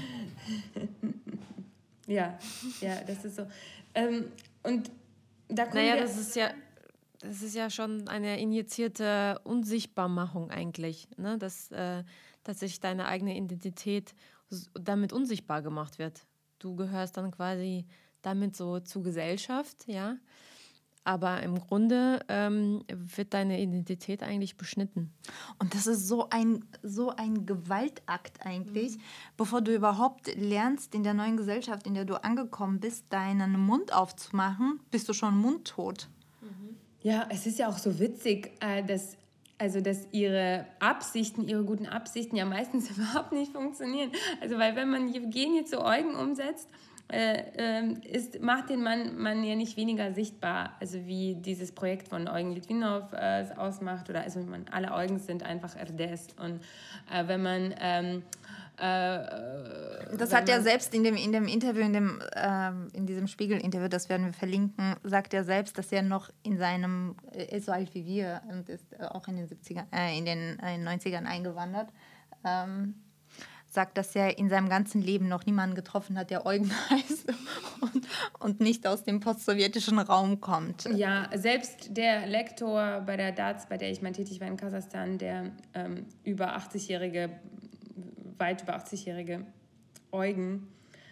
Ja, das ist so. Und da kommen das ist ja schon eine injizierte Unsichtbarmachung eigentlich, ne? Dass tatsächlich deine eigene Identität damit unsichtbar gemacht wird. Du gehörst dann quasi damit so zur Gesellschaft, ja. Aber im Grunde wird deine Identität eigentlich beschnitten. Und das ist so ein Gewaltakt eigentlich, bevor du überhaupt lernst, in der neuen Gesellschaft, in der du angekommen bist, deinen Mund aufzumachen, bist du schon mundtot. Ja, es ist ja auch so witzig, dass ihre guten Absichten ja meistens überhaupt nicht funktionieren. Also weil wenn man Jewgeni zu Eugen umsetzt, macht den Mann ja nicht weniger sichtbar, also wie dieses Projekt von Eugen Litwinow ausmacht. Oder also alle Eugens sind einfach RDS. Und wenn man das hat er selbst in dem Interview, in diesem Spiegel-Interview, das werden wir verlinken, sagt er selbst, dass er noch in seinem, er ist so alt wie wir und ist auch in den 90ern eingewandert, sagt, dass er in seinem ganzen Leben noch niemanden getroffen hat, der Eugen heißt und nicht aus dem postsowjetischen Raum kommt. Ja, selbst der Lektor bei der DAZ, bei der ich mal tätig war in Kasachstan, der weit über 80-jährige Eugen,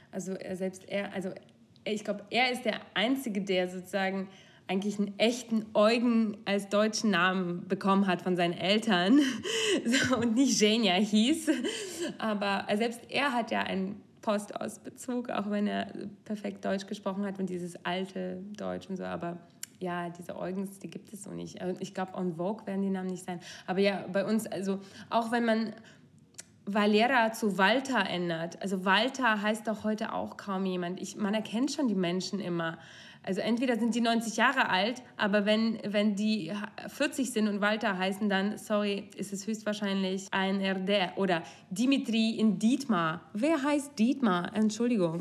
ich glaube, er ist der Einzige, der sozusagen eigentlich einen echten Eugen als deutschen Namen bekommen hat von seinen Eltern und nicht Zhenya hieß. Aber selbst er hat ja ein Postostbezug, auch wenn er perfekt Deutsch gesprochen hat und dieses alte Deutsch und so, aber ja, diese Eugens, die gibt es so nicht. Ich glaube, en Vogue werden die Namen nicht sein. Aber ja, bei uns, also auch wenn man Valera zu Walter ändert, also Walter heißt doch heute auch kaum jemand. Man erkennt schon die Menschen immer. Also entweder sind die 90 Jahre alt, aber wenn die 40 sind und Walter heißen, dann, sorry, ist es höchstwahrscheinlich ein RD. Oder Dimitri in Dietmar. Wer heißt Dietmar? Entschuldigung.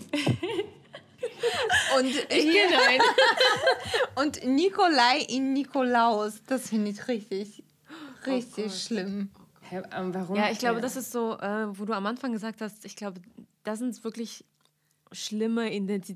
Und ich kenne einen. Und Nikolai in Nikolaus, das finde ich richtig schlimm. Hä, warum? Ja, ich glaube, das ist so, wo du am Anfang gesagt hast, ich glaube, das sind wirklich schlimme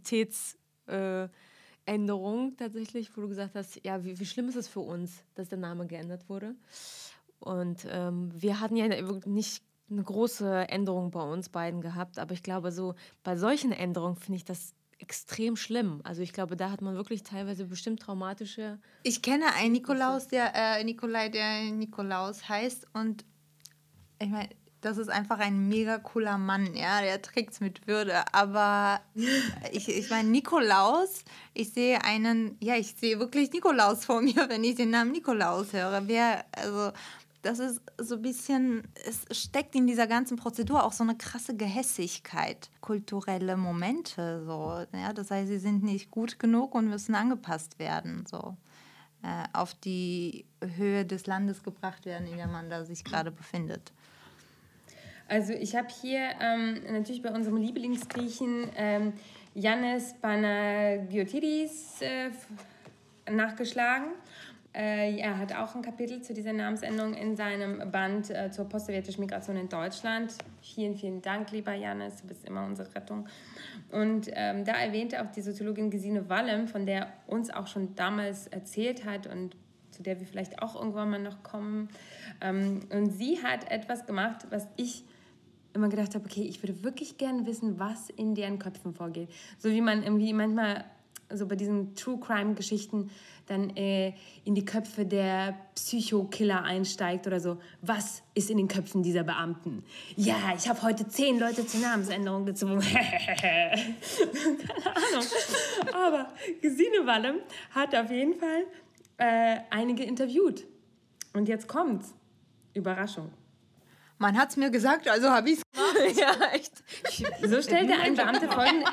Identitätsänderungen tatsächlich, wo du gesagt hast, ja, wie schlimm ist es für uns, dass der Name geändert wurde. Und wir hatten ja nicht eine große Änderung bei uns beiden gehabt, aber ich glaube, so bei solchen Änderungen finde ich das extrem schlimm. Also ich glaube, da hat man wirklich teilweise bestimmt traumatische... Ich kenne einen Nikolaus, Nikolai, der Nikolaus heißt, und ich meine, das ist einfach ein mega cooler Mann, ja, der trägt's mit Würde, aber ich meine, Nikolaus, ich sehe wirklich Nikolaus vor mir, wenn ich den Namen Nikolaus höre. Das ist so ein bisschen, es steckt in dieser ganzen Prozedur auch so eine krasse Gehässigkeit, kulturelle Momente, so, ja, das heißt, sie sind nicht gut genug und müssen angepasst werden, so, auf die Höhe des Landes gebracht werden, in der man da sich gerade befindet. Also ich habe hier natürlich bei unserem Lieblingsgriechen Yannis Panagiotidis nachgeschlagen. Er hat auch ein Kapitel zu dieser Namensänderung in seinem Band zur postsowjetischen Migration in Deutschland. Vielen, vielen Dank, lieber Yannis, du bist immer unsere Rettung. Und da erwähnte auch die Soziologin Gesine Wallem, von der uns auch schon damals erzählt hat und zu der wir vielleicht auch irgendwann mal noch kommen. Und sie hat etwas gemacht, was ich immer gedacht habe, okay, ich würde wirklich gerne wissen, was in deren Köpfen vorgeht. So wie man irgendwie manchmal so bei diesen True-Crime-Geschichten dann in die Köpfe der Psychokiller einsteigt oder so. Was ist in den Köpfen dieser Beamten? Ja, ich habe heute 10 Leute zur Namensänderung gezwungen. Keine Ahnung. Aber Gesine Wallem hat auf jeden Fall einige interviewt. Und jetzt kommt's. Überraschung. Man hat's mir gesagt, also habe ich's gemacht. Ja, echt. So stellte ein Beamter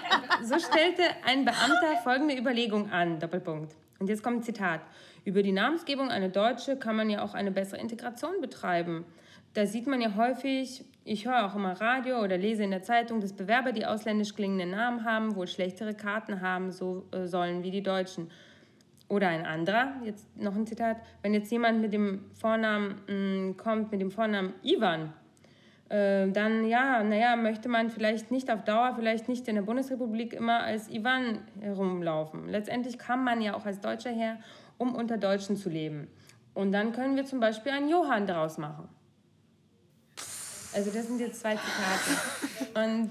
folgende Überlegung an, Doppelpunkt. Und jetzt kommt ein Zitat. Über die Namensgebung eine deutsche kann man ja auch eine bessere Integration betreiben. Da sieht man ja häufig, ich höre auch immer Radio oder lese in der Zeitung, dass Bewerber, die ausländisch klingende Namen haben, wohl schlechtere Karten haben sollen wie die Deutschen. Oder ein anderer, jetzt noch ein Zitat, wenn jetzt jemand mit dem Vornamen kommt, mit dem Vornamen Ivan, dann möchte man vielleicht nicht auf Dauer, vielleicht nicht in der Bundesrepublik immer als Ivan herumlaufen. Letztendlich kam man ja auch als Deutscher her, um unter Deutschen zu leben. Und dann können wir zum Beispiel einen Johann daraus machen. Also das sind jetzt 2 Zitate.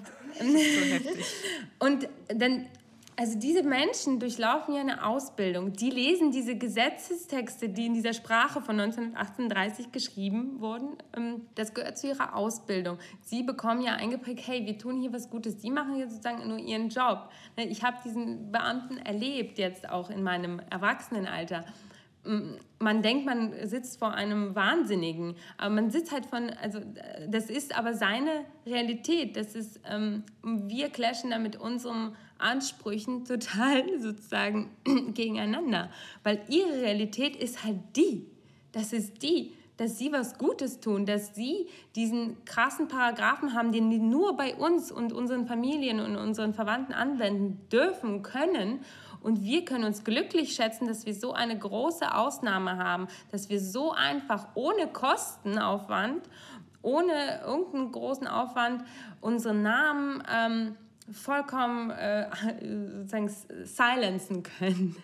Und dann... Also diese Menschen durchlaufen ja eine Ausbildung. Die lesen diese Gesetzestexte, die in dieser Sprache von 1938 geschrieben wurden. Das gehört zu ihrer Ausbildung. Sie bekommen ja eingeprägt, hey, wir tun hier was Gutes. Die machen hier sozusagen nur ihren Job. Ich habe diesen Beamten erlebt, jetzt auch in meinem Erwachsenenalter. Man denkt, man sitzt vor einem Wahnsinnigen, aber man sitzt halt das ist aber seine Realität. Das ist, wir clashen da mit unseren Ansprüchen total sozusagen gegeneinander, weil ihre Realität ist halt dass sie was Gutes tun, dass sie diesen krassen Paragraphen haben, den die nur bei uns und unseren Familien und unseren Verwandten anwenden dürfen können. Und wir können uns glücklich schätzen, dass wir so eine große Ausnahme haben, dass wir so einfach ohne Kostenaufwand, ohne irgendeinen großen Aufwand unseren Namen vollkommen sozusagen silenzen können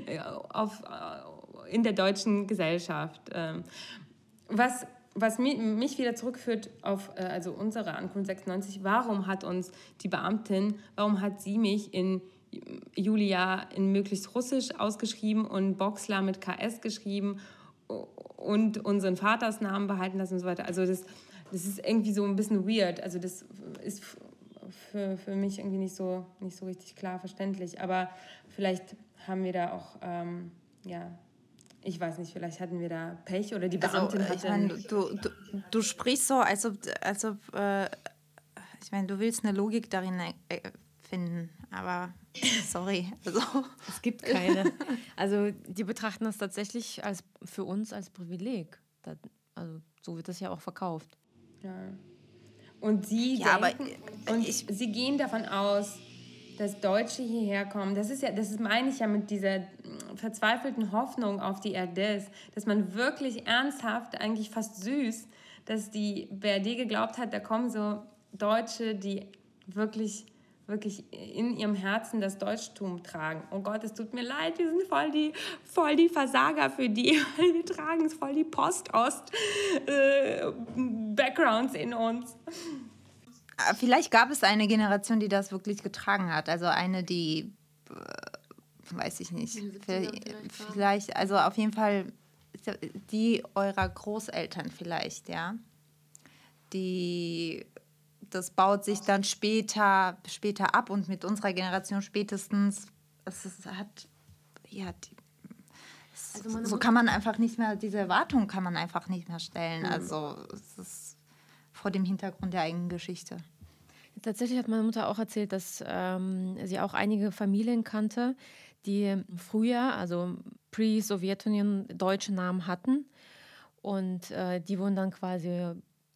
in der deutschen Gesellschaft. Was mich wieder zurückführt auf unsere Ankunft 96, warum hat sie mich in Julia in möglichst Russisch ausgeschrieben und Boxler mit KS geschrieben und unseren Vatersnamen behalten lassen und so weiter. Also das ist irgendwie so ein bisschen weird. Also das ist für mich irgendwie nicht so richtig klar verständlich. Aber vielleicht haben wir da auch, ich weiß nicht, vielleicht hatten wir da Pech oder die Beamtin hatte... Ich meine, du sprichst so, als ob ich meine, du willst eine Logik darin finden, aber sorry. Also. Es gibt keine. Also die betrachten das tatsächlich für uns als Privileg. Also so wird das ja auch verkauft. Ja. Und sie sie gehen davon aus, dass Deutsche hierher kommen. Das meine ich ja mit dieser verzweifelten Hoffnung auf die RDS, dass man wirklich ernsthaft, eigentlich fast süß, dass die BRD geglaubt hat, da kommen so Deutsche, die wirklich in ihrem Herzen das Deutschtum tragen. Oh Gott, es tut mir leid, wir sind voll die Versager für die. Wir tragen voll die Post-Ost-Backgrounds in uns. Vielleicht gab es eine Generation, die das wirklich getragen hat. Also eine, die, weiß ich nicht, vielleicht, also auf jeden Fall die eurer Großeltern vielleicht, ja. Das baut sich dann später ab und mit unserer Generation spätestens, so kann man einfach nicht mehr, diese Erwartung kann man einfach nicht mehr stellen. Also es ist vor dem Hintergrund der eigenen Geschichte. Tatsächlich hat meine Mutter auch erzählt, dass sie auch einige Familien kannte, die früher, also pre-Sowjetunion, deutsche Namen hatten und die wurden dann quasi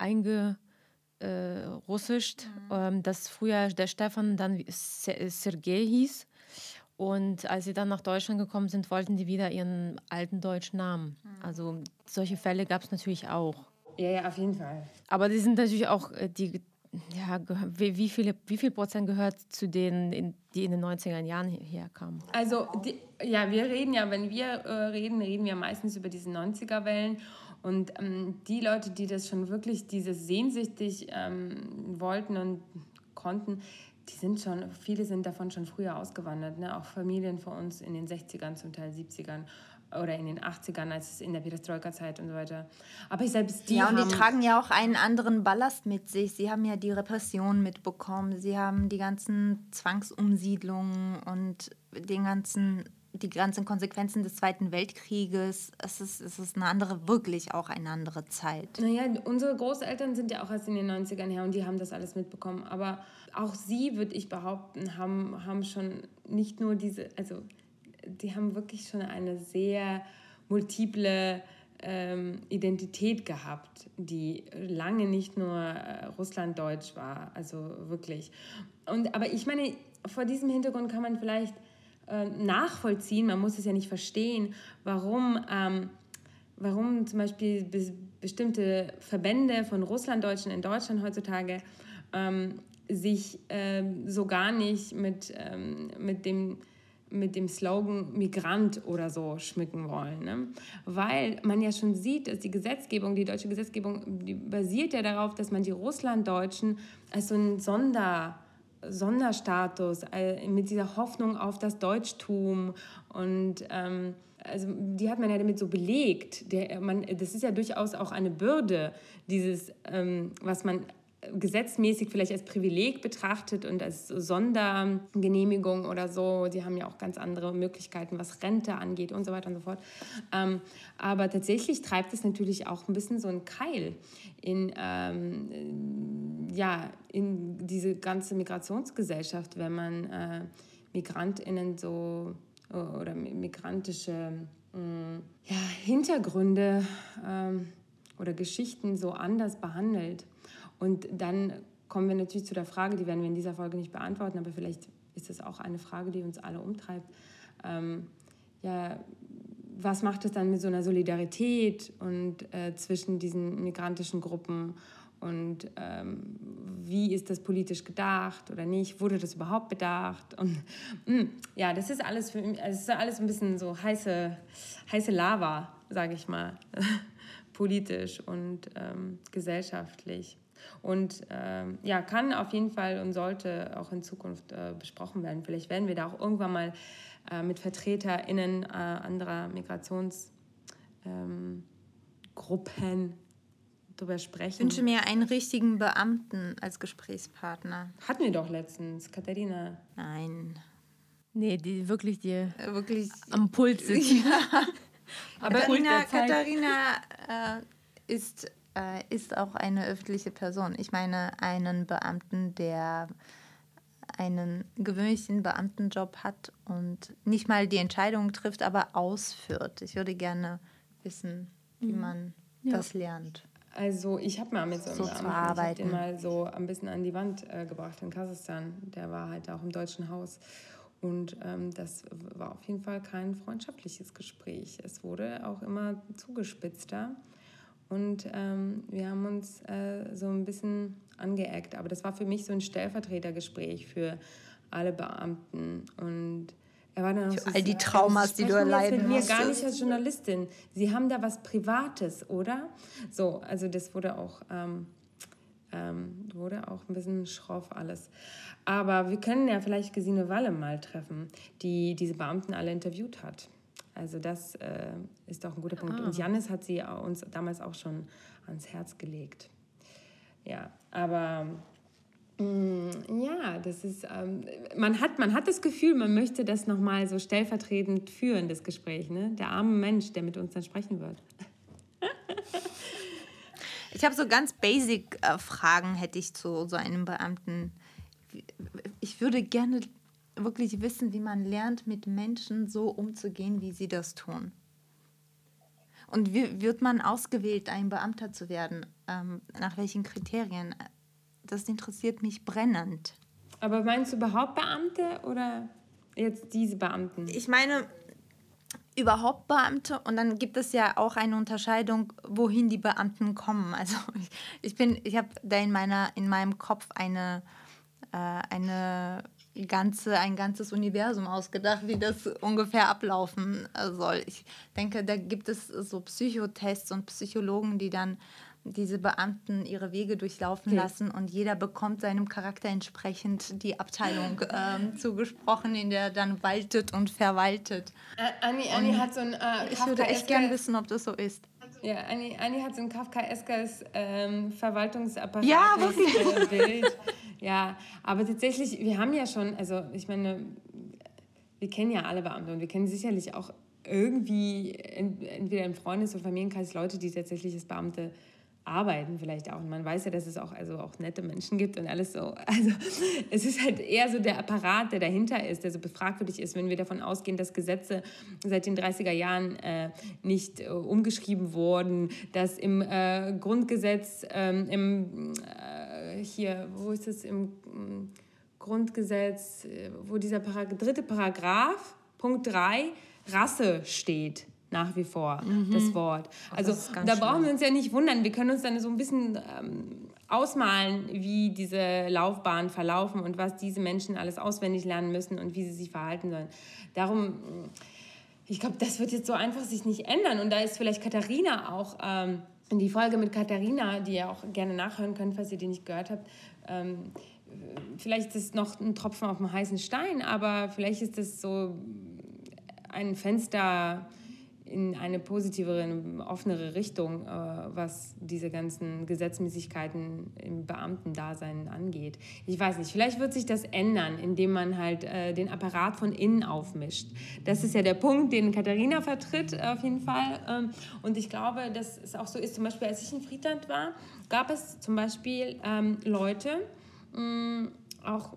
russischt, dass früher der Stefan dann Sergei hieß. Und als sie dann nach Deutschland gekommen sind, wollten die wieder ihren alten deutschen Namen. Also solche Fälle gab es natürlich auch. Ja, auf jeden Fall. Aber die sind natürlich auch, wie viel Prozent gehört zu denen, die in den 90er Jahren hierher kamen? Also, wir reden ja, wenn wir reden wir meistens über diese 90er-Wellen. Und die Leute, die das schon wirklich dieses sehnsüchtig wollten und konnten, viele sind davon schon früher ausgewandert. Ne? Auch Familien von uns in den 60ern, zum Teil 70ern oder in den 80ern, als es in der Perestroika-Zeit und so weiter. Aber selbst die und die tragen ja auch einen anderen Ballast mit sich. Sie haben ja die Repression mitbekommen. Sie haben die ganzen Zwangsumsiedlungen und die ganzen Konsequenzen des Zweiten Weltkrieges. Es ist wirklich auch eine andere Zeit. Naja, unsere Großeltern sind ja auch erst in den 90ern her und die haben das alles mitbekommen. Aber auch sie, würde ich behaupten, haben schon nicht nur die haben wirklich schon eine sehr multiple Identität gehabt, die lange nicht nur russlanddeutsch war, also wirklich. Aber ich meine, vor diesem Hintergrund kann man vielleicht nachvollziehen, man muss es ja nicht verstehen, warum zum Beispiel bestimmte Verbände von Russlanddeutschen in Deutschland heutzutage sich so gar nicht mit dem Slogan Migrant oder so schmücken wollen. Ne? Weil man ja schon sieht, dass die deutsche Gesetzgebung, die basiert ja darauf, dass man die Russlanddeutschen als so einen Sonderstatus, mit dieser Hoffnung auf das Deutschtum und also die hat man ja damit so belegt. Das ist ja durchaus auch eine Bürde, dieses, was man gesetzmäßig vielleicht als Privileg betrachtet und als Sondergenehmigung oder so. Die haben ja auch ganz andere Möglichkeiten, was Rente angeht und so weiter und so fort. Aber tatsächlich treibt es natürlich auch ein bisschen so einen Keil in diese ganze Migrationsgesellschaft, wenn man MigrantInnen so oder migrantische Hintergründe oder Geschichten so anders behandelt. Und dann kommen wir natürlich zu der Frage, die werden wir in dieser Folge nicht beantworten, aber vielleicht ist das auch eine Frage, die uns alle umtreibt. Was macht es dann mit so einer Solidarität und zwischen diesen migrantischen Gruppen und wie ist das politisch gedacht oder nicht? Wurde das überhaupt bedacht? Und das ist alles für mich, es ist alles ein bisschen so heiße Lava, sage ich mal, politisch und gesellschaftlich. Und kann auf jeden Fall und sollte auch in Zukunft besprochen werden. Vielleicht werden wir da auch irgendwann mal mit VertreterInnen anderer Migrationsgruppen drüber sprechen. Ich wünsche mir einen richtigen Beamten als Gesprächspartner. Hatten wir doch letztens, Katharina. Nein. Nee, die wirklich am Puls sitzt. Aber Katharina ist auch eine öffentliche Person. Ich meine einen Beamten, der einen gewöhnlichen Beamtenjob hat und nicht mal die Entscheidung trifft, aber ausführt. Ich würde gerne wissen, wie man das lernt. Also ich habe mal mit so einem zu arbeiten. Ich habe den mal so ein bisschen an die Wand gebracht in Kasachstan. Der war halt auch im Deutschen Haus. Und das war auf jeden Fall kein freundschaftliches Gespräch. Es wurde auch immer zugespitzter. Und wir haben uns so ein bisschen angeeckt. Aber das war für mich so ein Stellvertretergespräch für alle Beamten. Und er war dann auch für all die Traumas, die du erleiden musstest. Mir gar nicht als Journalistin. Sie haben da was Privates, oder? So, also das wurde auch ein bisschen schroff alles. Aber wir können ja vielleicht Gesine Walle mal treffen, die diese Beamten alle interviewt hat. Also das ist doch ein guter Punkt. Und Jannis hat sie uns damals auch schon ans Herz gelegt. Ja, aber ja, das ist, man hat das Gefühl, man möchte das nochmal so stellvertretend führen, das Gespräch, ne? Der arme Mensch, der mit uns dann sprechen wird. Ich habe so ganz basic Fragen, hätte ich zu so einem Beamten. Ich würde gerne wirklich wissen, wie man lernt, mit Menschen so umzugehen, wie sie das tun. Und wie wird man ausgewählt, ein Beamter zu werden? Nach welchen Kriterien? Das interessiert mich brennend. Aber meinst du überhaupt Beamte oder jetzt diese Beamten? Ich meine überhaupt Beamte und dann gibt es ja auch eine Unterscheidung, wohin die Beamten kommen. Also ich habe da in meinem Kopf ein ganzes Universum ausgedacht, wie das ungefähr ablaufen soll. Ich denke, da gibt es so Psychotests und Psychologen, die dann diese Beamten ihre Wege durchlaufen lassen und jeder bekommt seinem Charakter entsprechend die Abteilung zugesprochen, in der er dann waltet und verwaltet. Anni hat so ein ich würde echt gerne wissen, ob das so ist. Ja, Anni hat so ein kafkaeskes Verwaltungsapparat. Ja, wirklich. Bild. Ja, aber tatsächlich, wir haben ja schon, also ich meine, wir kennen ja alle Beamte und wir kennen sicherlich auch irgendwie entweder im Freundes- oder Familienkreis Leute, die tatsächlich als Beamte arbeiten vielleicht auch. Und man weiß ja, dass es auch nette Menschen gibt und alles so. Also es ist halt eher so der Apparat, der dahinter ist, der so fragwürdig ist, wenn wir davon ausgehen, dass Gesetze seit den 30er Jahren nicht umgeschrieben wurden, dass im Grundgesetz, wo ist es im Grundgesetz, wo dieser dritte Paragraph, Punkt 3, Rasse steht. Nach wie vor, das Wort. Also da brauchen wir uns ja nicht wundern. Wir können uns dann so ein bisschen ausmalen, wie diese Laufbahnen verlaufen und was diese Menschen alles auswendig lernen müssen und wie sie sich verhalten sollen. Darum, ich glaube, das wird jetzt so einfach sich nicht ändern. Und da ist vielleicht Katharina auch, in die Folge mit Katharina, die ihr auch gerne nachhören könnt, falls ihr die nicht gehört habt, vielleicht ist es noch ein Tropfen auf dem heißen Stein, aber vielleicht ist es so ein Fenster in eine positivere, offenere Richtung, was diese ganzen Gesetzmäßigkeiten im Beamtendasein angeht. Ich weiß nicht, vielleicht wird sich das ändern, indem man halt den Apparat von innen aufmischt. Das ist ja der Punkt, den Katharina vertritt, auf jeden Fall. Und ich glaube, dass es auch so ist, zum Beispiel, als ich in Friedland war, gab es zum Beispiel Leute, auch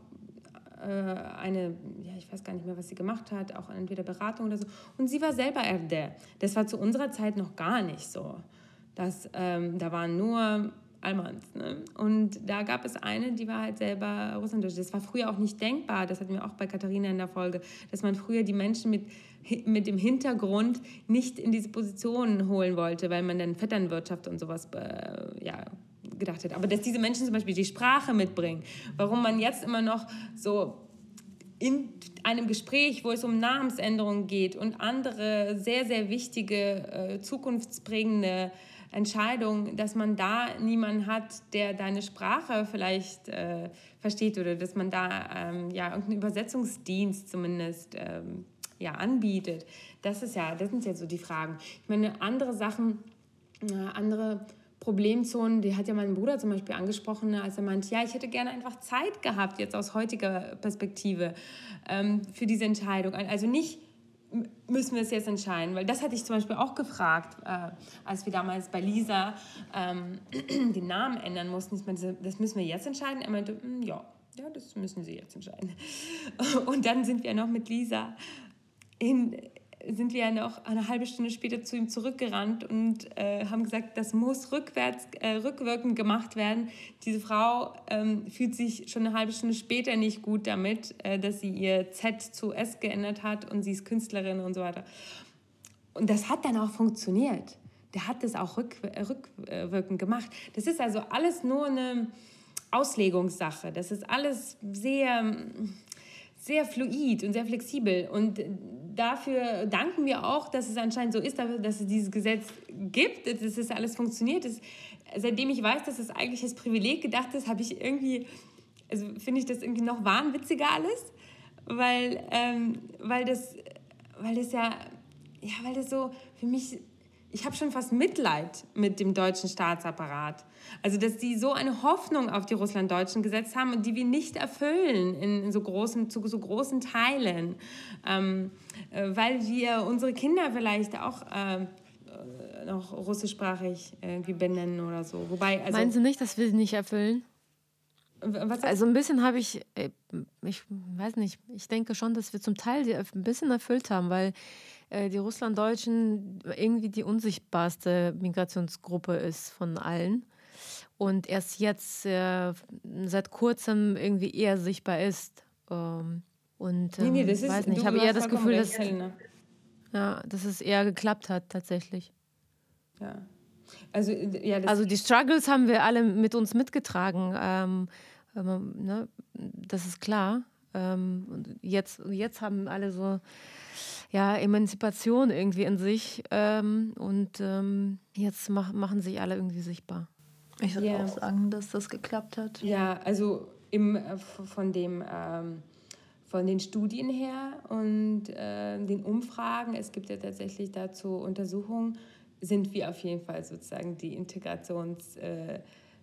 ich weiß gar nicht mehr, was sie gemacht hat, auch entweder Beratung oder so. Und sie war selber AfD. Das war zu unserer Zeit noch gar nicht so. Da waren nur Almans. Ne? Und da gab es eine, die war halt selber Russlanddeutsche. Das war früher auch nicht denkbar, das hatten wir auch bei Katharina in der Folge, dass man früher die Menschen mit dem Hintergrund nicht in diese Positionen holen wollte, weil man dann Vetternwirtschaft und sowas gedacht hat. Aber dass diese Menschen zum Beispiel die Sprache mitbringen, warum man jetzt immer noch so in einem Gespräch, wo es um Namensänderungen geht und andere sehr, sehr wichtige, zukunftsbringende Entscheidungen, dass man da niemanden hat, der deine Sprache vielleicht versteht oder dass man da irgendeinen Übersetzungsdienst zumindest anbietet. Das sind ja so die Fragen. Ich meine, andere Sachen, andere Problemzonen, die hat ja mein Bruder zum Beispiel angesprochen, als er meinte, ja, ich hätte gerne einfach Zeit gehabt, jetzt aus heutiger Perspektive, für diese Entscheidung. Also nicht, müssen wir es jetzt entscheiden, weil das hatte ich zum Beispiel auch gefragt, als wir damals bei Lisa den Namen ändern mussten. Ich meinte, das müssen wir jetzt entscheiden. Er meinte, ja, das müssen Sie jetzt entscheiden. Und dann sind wir noch mit Lisa sind wir noch eine halbe Stunde später zu ihm zurückgerannt und haben gesagt, das muss rückwirkend gemacht werden. Diese Frau fühlt sich schon eine halbe Stunde später nicht gut damit, dass sie ihr Z zu S geändert hat und sie ist Künstlerin und so weiter. Und das hat dann auch funktioniert. Der hat das auch rückwirkend gemacht. Das ist also alles nur eine Auslegungssache. Das ist alles sehr, sehr fluid und sehr flexibel. Und dafür danken wir auch, dass es anscheinend so ist, dass es dieses Gesetz gibt, dass es alles funktioniert. Seitdem ich weiß, dass es eigentlich als Privileg gedacht ist, finde ich das irgendwie noch wahnwitziger alles, weil das so für mich, ich habe schon fast Mitleid mit dem deutschen Staatsapparat. Also, dass die so eine Hoffnung auf die Russlanddeutschen gesetzt haben und die wir nicht erfüllen zu so großen Teilen, weil wir unsere Kinder vielleicht auch noch russischsprachig irgendwie benennen oder so. Wobei, also, Meinen Sie nicht, dass wir sie nicht erfüllen? Also ein bisschen habe ich weiß nicht, ich denke schon, dass wir zum Teil die ein bisschen erfüllt haben, weil die Russlanddeutschen irgendwie die unsichtbarste Migrationsgruppe ist von allen und erst jetzt seit kurzem irgendwie eher sichtbar ist. Nee, das ist, weiß nicht, ich habe eher das Gefühl, dass es eher geklappt hat tatsächlich. Ja. Also die Struggles haben wir alle mit uns mitgetragen, das ist klar. Und jetzt haben alle so Emanzipation irgendwie in sich jetzt machen sich alle irgendwie sichtbar. Ich würde auch sagen, dass das geklappt hat. Ja, also von den Studien her und den Umfragen, es gibt ja tatsächlich dazu Untersuchungen, sind wir auf jeden Fall sozusagen die integrationsartigen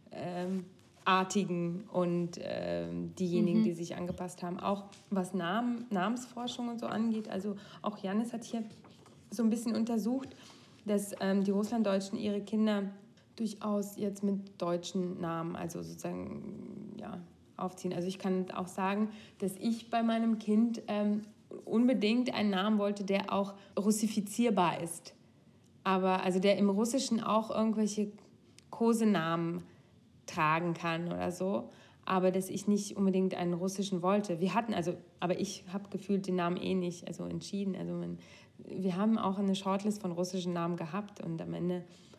und diejenigen, die sich angepasst haben. Auch was Namensforschung und so angeht. Also auch Janis hat hier so ein bisschen untersucht, dass die Russlanddeutschen ihre Kinder durchaus jetzt mit deutschen Namen, also sozusagen, aufziehen. Also ich kann auch sagen, dass ich bei meinem Kind unbedingt einen Namen wollte, der auch russifizierbar ist. Aber also der im Russischen auch irgendwelche Kosenamen tragen kann oder so, aber dass ich nicht unbedingt einen russischen wollte. Aber ich habe gefühlt den Namen nicht entschieden. Also wir haben auch eine Shortlist von russischen Namen gehabt und am Ende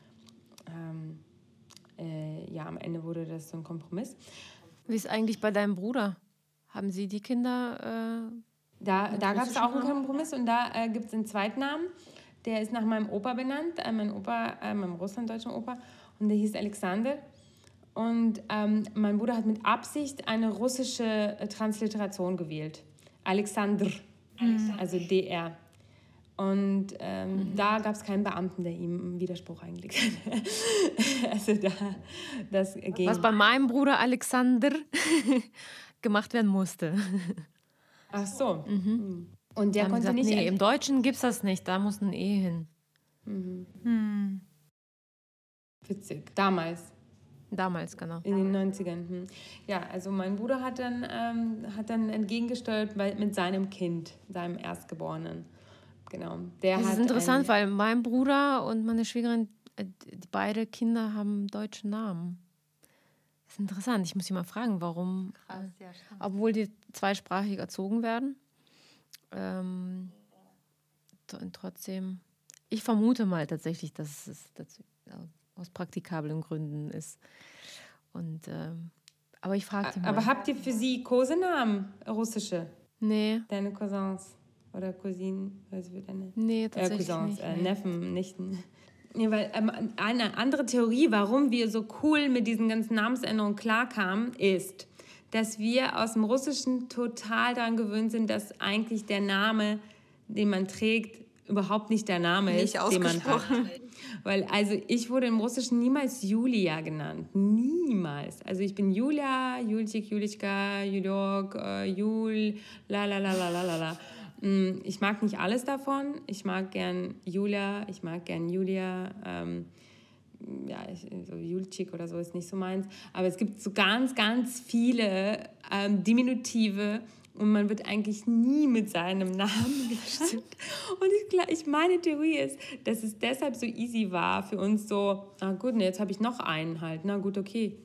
wurde das so ein Kompromiss. Wie ist eigentlich bei deinem Bruder? Haben Sie die Kinder? Da gab es auch einen Kompromiss und da gibt es einen Zweitnamen. Der ist nach meinem Opa benannt, meinem russlanddeutschen Opa, und der hieß Alexander. Und mein Bruder hat mit Absicht eine russische Transliteration gewählt. Alexander, also DR. Und da gab es keinen Beamten, der ihm Widerspruch eingelegt hat. Das ging. Was bei meinem Bruder Alexander gemacht werden musste. Ach so. Und der konnte gesagt, nicht... Nee, im Deutschen gibt es das nicht, da muss ein E hin. Witzig. Damals, genau. in den 90ern. Ja, also mein Bruder hat dann entgegengesteuert mit seinem Kind, seinem Erstgeborenen. Genau. Das ist interessant, weil mein Bruder und meine Schwiegerin, beide Kinder haben deutsche Namen. Das ist interessant. Ich muss sie mal fragen, warum. Krass, ja, stimmt. Obwohl die zweisprachig erzogen werden. Trotzdem, ich vermute mal tatsächlich, dass es aus praktikablen Gründen ist. Aber ich frage dich mal. Aber habt ihr für sie Kosenamen, russische? Nee. Deine Cousins oder Cousinen? Nee, tatsächlich Cousins, nicht. Neffen, Nichten. Ja, weil eine andere Theorie, warum wir so cool mit diesen ganzen Namensänderungen klarkamen, ist, dass wir aus dem Russischen total daran gewöhnt sind, dass eigentlich der Name, den man trägt, überhaupt nicht der Name Nicht ist, den man hat. ausgesprochen. Weil, also ich wurde im Russischen niemals Julia genannt. Niemals. Also ich bin Julia, Julchik, Julichka, Juliok, Jul, la la la la la la la. Ich mag nicht alles davon. Ich mag gern Julia, ich mag gern Julia. So Julchik oder so ist nicht so meins. Aber es gibt so ganz, ganz viele Diminutive und man wird eigentlich nie mit seinem Namen genannt. Und meine Theorie ist, dass es deshalb so easy war für uns so, gut, jetzt habe ich noch einen halt. Na gut, okay.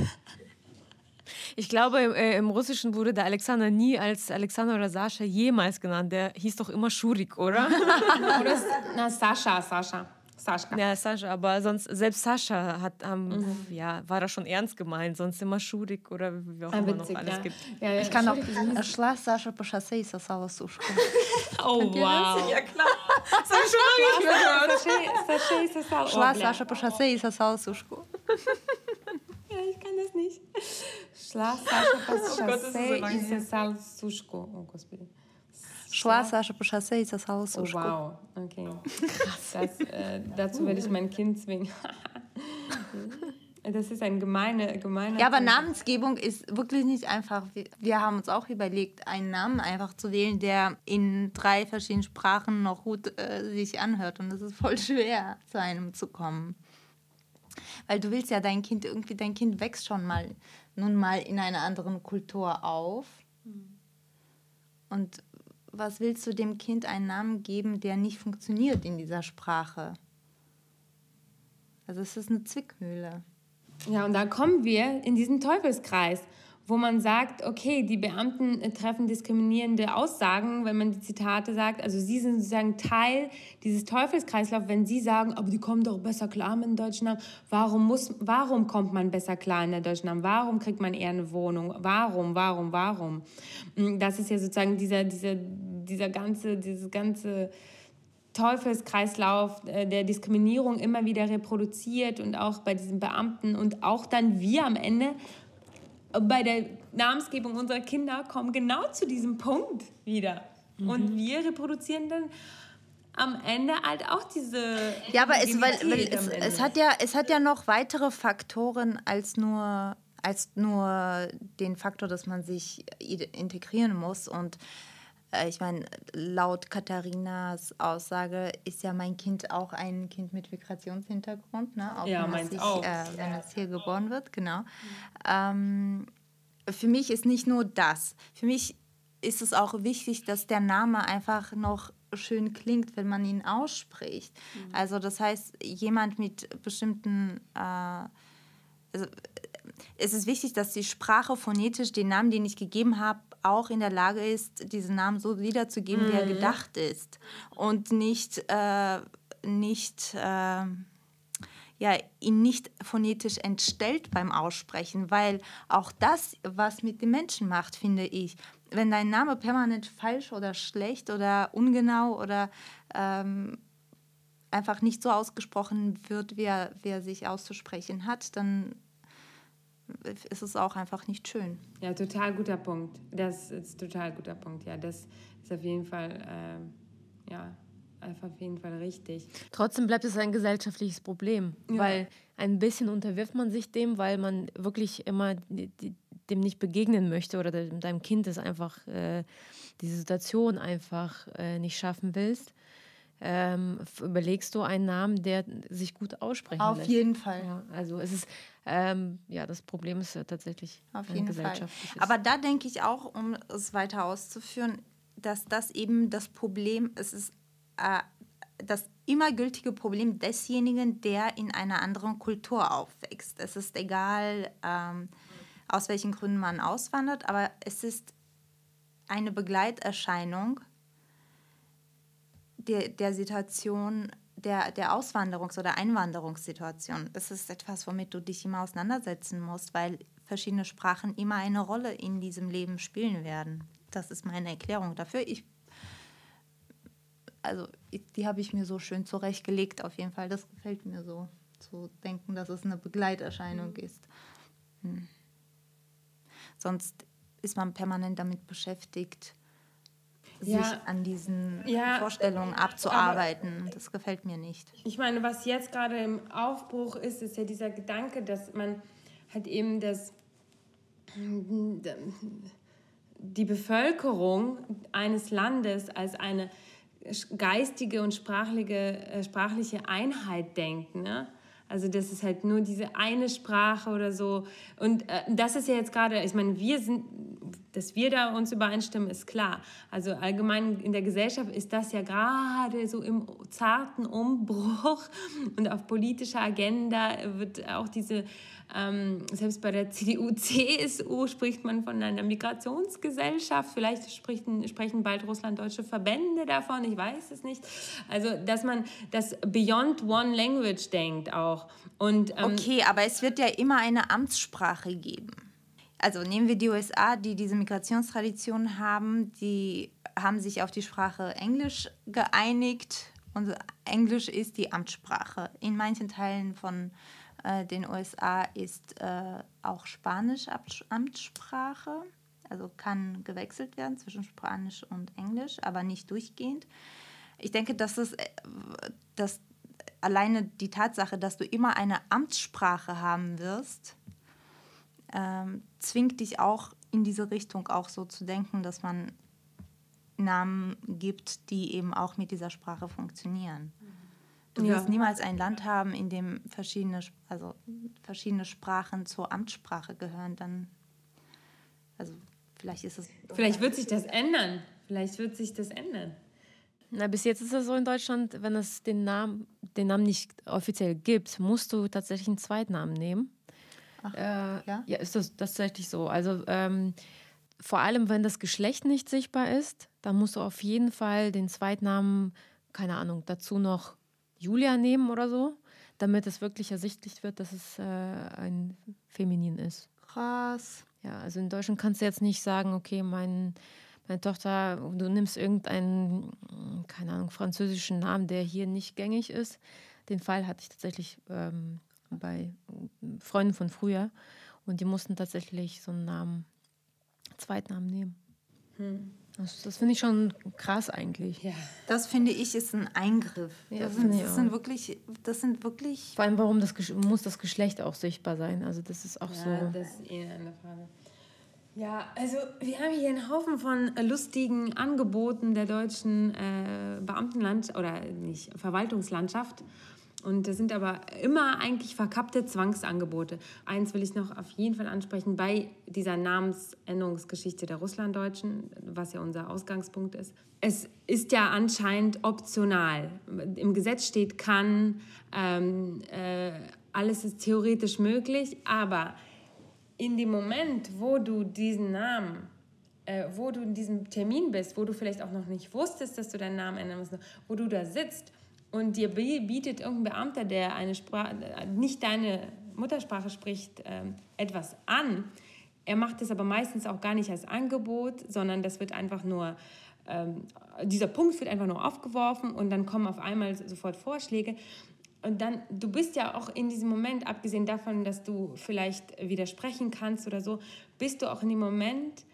Ich glaube, im Russischen wurde der Alexander nie als Alexander oder Sascha jemals genannt. Der hieß doch immer Schurik, oder? Oder Sascha. Ja, Sascha, aber sonst, selbst Sascha war da schon ernst gemeint, sonst immer Schurik oder wie auch immer noch alles gibt. Ja, Ich kann auch, шла Саша по шоссе и сосала сушку. Oh, wow. Ja, klar. Das habe ich schon lange nicht gehört. Шла Саша по шоссе и сосала сушку. Ja, ich kann das nicht. Шла Саша по Gott, das ist so шоссе lange и her. сосала сушку. Oh, Господи. Шла Саша по шоссе и сосала Oh, сушку. wow, okay. Dazu werde ich mein Kind zwingen. Das ist ein gemeiner Ja, aber Punkt. Namensgebung ist wirklich nicht einfach. Wir haben uns auch überlegt, einen Namen einfach zu wählen, der in 3 verschiedenen Sprachen noch gut sich anhört. Und es ist voll schwer, zu einem zu kommen. Weil du willst ja dein Kind wächst schon nun mal in einer anderen Kultur auf. Und was willst du dem Kind einen Namen geben, der nicht funktioniert in dieser Sprache? Also es ist eine Zwickmühle. Ja, und da kommen wir in diesen Teufelskreis, wo man sagt, okay, die Beamten treffen diskriminierende Aussagen, wenn man die Zitate sagt. Also sie sind sozusagen Teil dieses Teufelskreislaufs, wenn sie sagen, aber die kommen doch besser klar mit dem deutschen Namen. Warum kommt man besser klar in der deutschen Namen? Warum kriegt man eher eine Wohnung? Warum? Das ist ja sozusagen dieses ganze Teufelskreislauf der Diskriminierung immer wieder reproduziert und auch bei diesen Beamten und auch dann wir am Ende bei der Namensgebung unserer Kinder kommen genau zu diesem Punkt wieder. Und wir reproduzieren dann am Ende halt auch diese... Ja, aber Legitimität am Ende. es hat ja noch weitere Faktoren als nur den Faktor, dass man sich integrieren muss. Und ich meine, laut Katharinas Aussage ist ja mein Kind auch ein Kind mit Migrationshintergrund, ne? Auch Ja, wenn meins auch. Wenn es hier geboren wird, genau. Für mich ist nicht nur das. Für mich ist es auch wichtig, dass der Name einfach noch schön klingt, wenn man ihn ausspricht. Also das heißt, jemand mit bestimmten... es ist wichtig, dass die Sprache phonetisch den Namen, den ich gegeben habe, auch in der Lage ist, diesen Namen so wiederzugeben, wie er gedacht ist. Und ihn nicht phonetisch entstellt beim Aussprechen, weil auch das was mit dem Menschen macht, finde ich. Wenn dein Name permanent falsch oder schlecht oder ungenau oder einfach nicht so ausgesprochen wird, wie er sich auszusprechen hat, dann ist es auch einfach nicht schön. Ja, total guter Punkt. Das ist total guter Punkt. Ja, das ist auf jeden Fall, auf jeden Fall richtig. Trotzdem bleibt es ein gesellschaftliches Problem, weil ein bisschen unterwirft man sich dem, weil man wirklich immer dem nicht begegnen möchte oder deinem Kind es einfach, diese Situation einfach nicht schaffen willst. Überlegst du einen Namen, der sich gut aussprechen lässt. Auf jeden Fall. Ja, also es ist, das Problem ist ja tatsächlich auf jeden Fall. Aber Aber da denke ich auch, um es weiter auszuführen, dass das eben das Problem, es ist das immer gültige Problem desjenigen, der in einer anderen Kultur aufwächst. Es ist egal, aus welchen Gründen man auswandert, aber es ist eine Begleiterscheinung der Situation, der Auswanderungs- oder Einwanderungssituation. Es ist etwas, womit du dich immer auseinandersetzen musst, weil verschiedene Sprachen immer eine Rolle in diesem Leben spielen werden. Das ist meine Erklärung dafür. Die habe ich mir so schön zurechtgelegt, auf jeden Fall. Das gefällt mir so, zu denken, dass es eine Begleiterscheinung ist. Sonst ist man permanent damit beschäftigt, sich an diesen Vorstellungen abzuarbeiten. Das gefällt mir nicht. Ich meine, was jetzt gerade im Aufbruch ist, ist ja dieser Gedanke, dass man halt eben die Bevölkerung eines Landes als eine geistige und sprachliche Einheit denkt, ne? Also das ist halt nur diese eine Sprache oder so. Und das ist ja jetzt gerade, ich meine, dass wir da uns übereinstimmen, ist klar. Also allgemein in der Gesellschaft ist das ja gerade so im zarten Umbruch. Und auf politischer Agenda wird auch selbst bei der CDU, CSU spricht man von einer Migrationsgesellschaft. Vielleicht sprechen bald russlanddeutsche Verbände davon, ich weiß es nicht. Also, dass man das Beyond One Language denkt auch. Und, okay, aber es wird ja immer eine Amtssprache geben. Also nehmen wir die USA, die diese Migrationstradition haben, die haben sich auf die Sprache Englisch geeinigt und Englisch ist die Amtssprache. In manchen Teilen von den USA ist auch Spanisch Amtssprache, also kann gewechselt werden zwischen Spanisch und Englisch, aber nicht durchgehend. Ich denke, dass alleine die Tatsache, dass du immer eine Amtssprache haben wirst, zwingt dich auch in diese Richtung auch so zu denken, dass man Namen gibt, die eben auch mit dieser Sprache funktionieren. Du wirst niemals ein Land haben, in dem verschiedene Sprachen zur Amtssprache gehören. Vielleicht wird sich das ändern. Na, bis jetzt ist es so in Deutschland, wenn es den Namen nicht offiziell gibt, musst du tatsächlich einen Zweitnamen nehmen. Ach, ja, ist das tatsächlich so. Also vor allem, wenn das Geschlecht nicht sichtbar ist, dann musst du auf jeden Fall den Zweitnamen, keine Ahnung, dazu noch Julia nehmen oder so, damit es wirklich ersichtlich wird, dass es ein Feminin ist. Krass. Ja, also in Deutschland kannst du jetzt nicht sagen, okay, meine Tochter, du nimmst irgendeinen, keine Ahnung, französischen Namen, der hier nicht gängig ist. Den Fall hatte ich tatsächlich bei Freunden von früher und die mussten tatsächlich so einen Zweitnamen nehmen. Das finde ich schon krass eigentlich. Ja. Das finde ich ist ein Eingriff. Ja, das sind wirklich. Vor allem, warum muss das Geschlecht auch sichtbar sein? Also das ist auch so. Das ist eine Frage. Ja, also wir haben hier einen Haufen von lustigen Angeboten der deutschen Verwaltungslandschaft. Und das sind aber immer eigentlich verkappte Zwangsangebote. Eins will ich noch auf jeden Fall ansprechen bei dieser Namensänderungsgeschichte der Russlanddeutschen, was ja unser Ausgangspunkt ist. Es ist ja anscheinend optional. Im Gesetz steht kann, alles ist theoretisch möglich, aber in dem Moment, wo du diesen Namen, wo du in diesem Termin bist, wo du vielleicht auch noch nicht wusstest, dass du deinen Namen ändern musst, wo du da sitzt und dir bietet irgendein Beamter, der nicht deine Muttersprache spricht, etwas an, er macht es aber meistens auch gar nicht als Angebot, sondern das wird einfach nur, dieser Punkt wird einfach nur aufgeworfen und dann kommen auf einmal sofort Vorschläge. Und dann, du bist ja auch in diesem Moment, abgesehen davon, dass du vielleicht widersprechen kannst oder so, bist du auch in dem Moment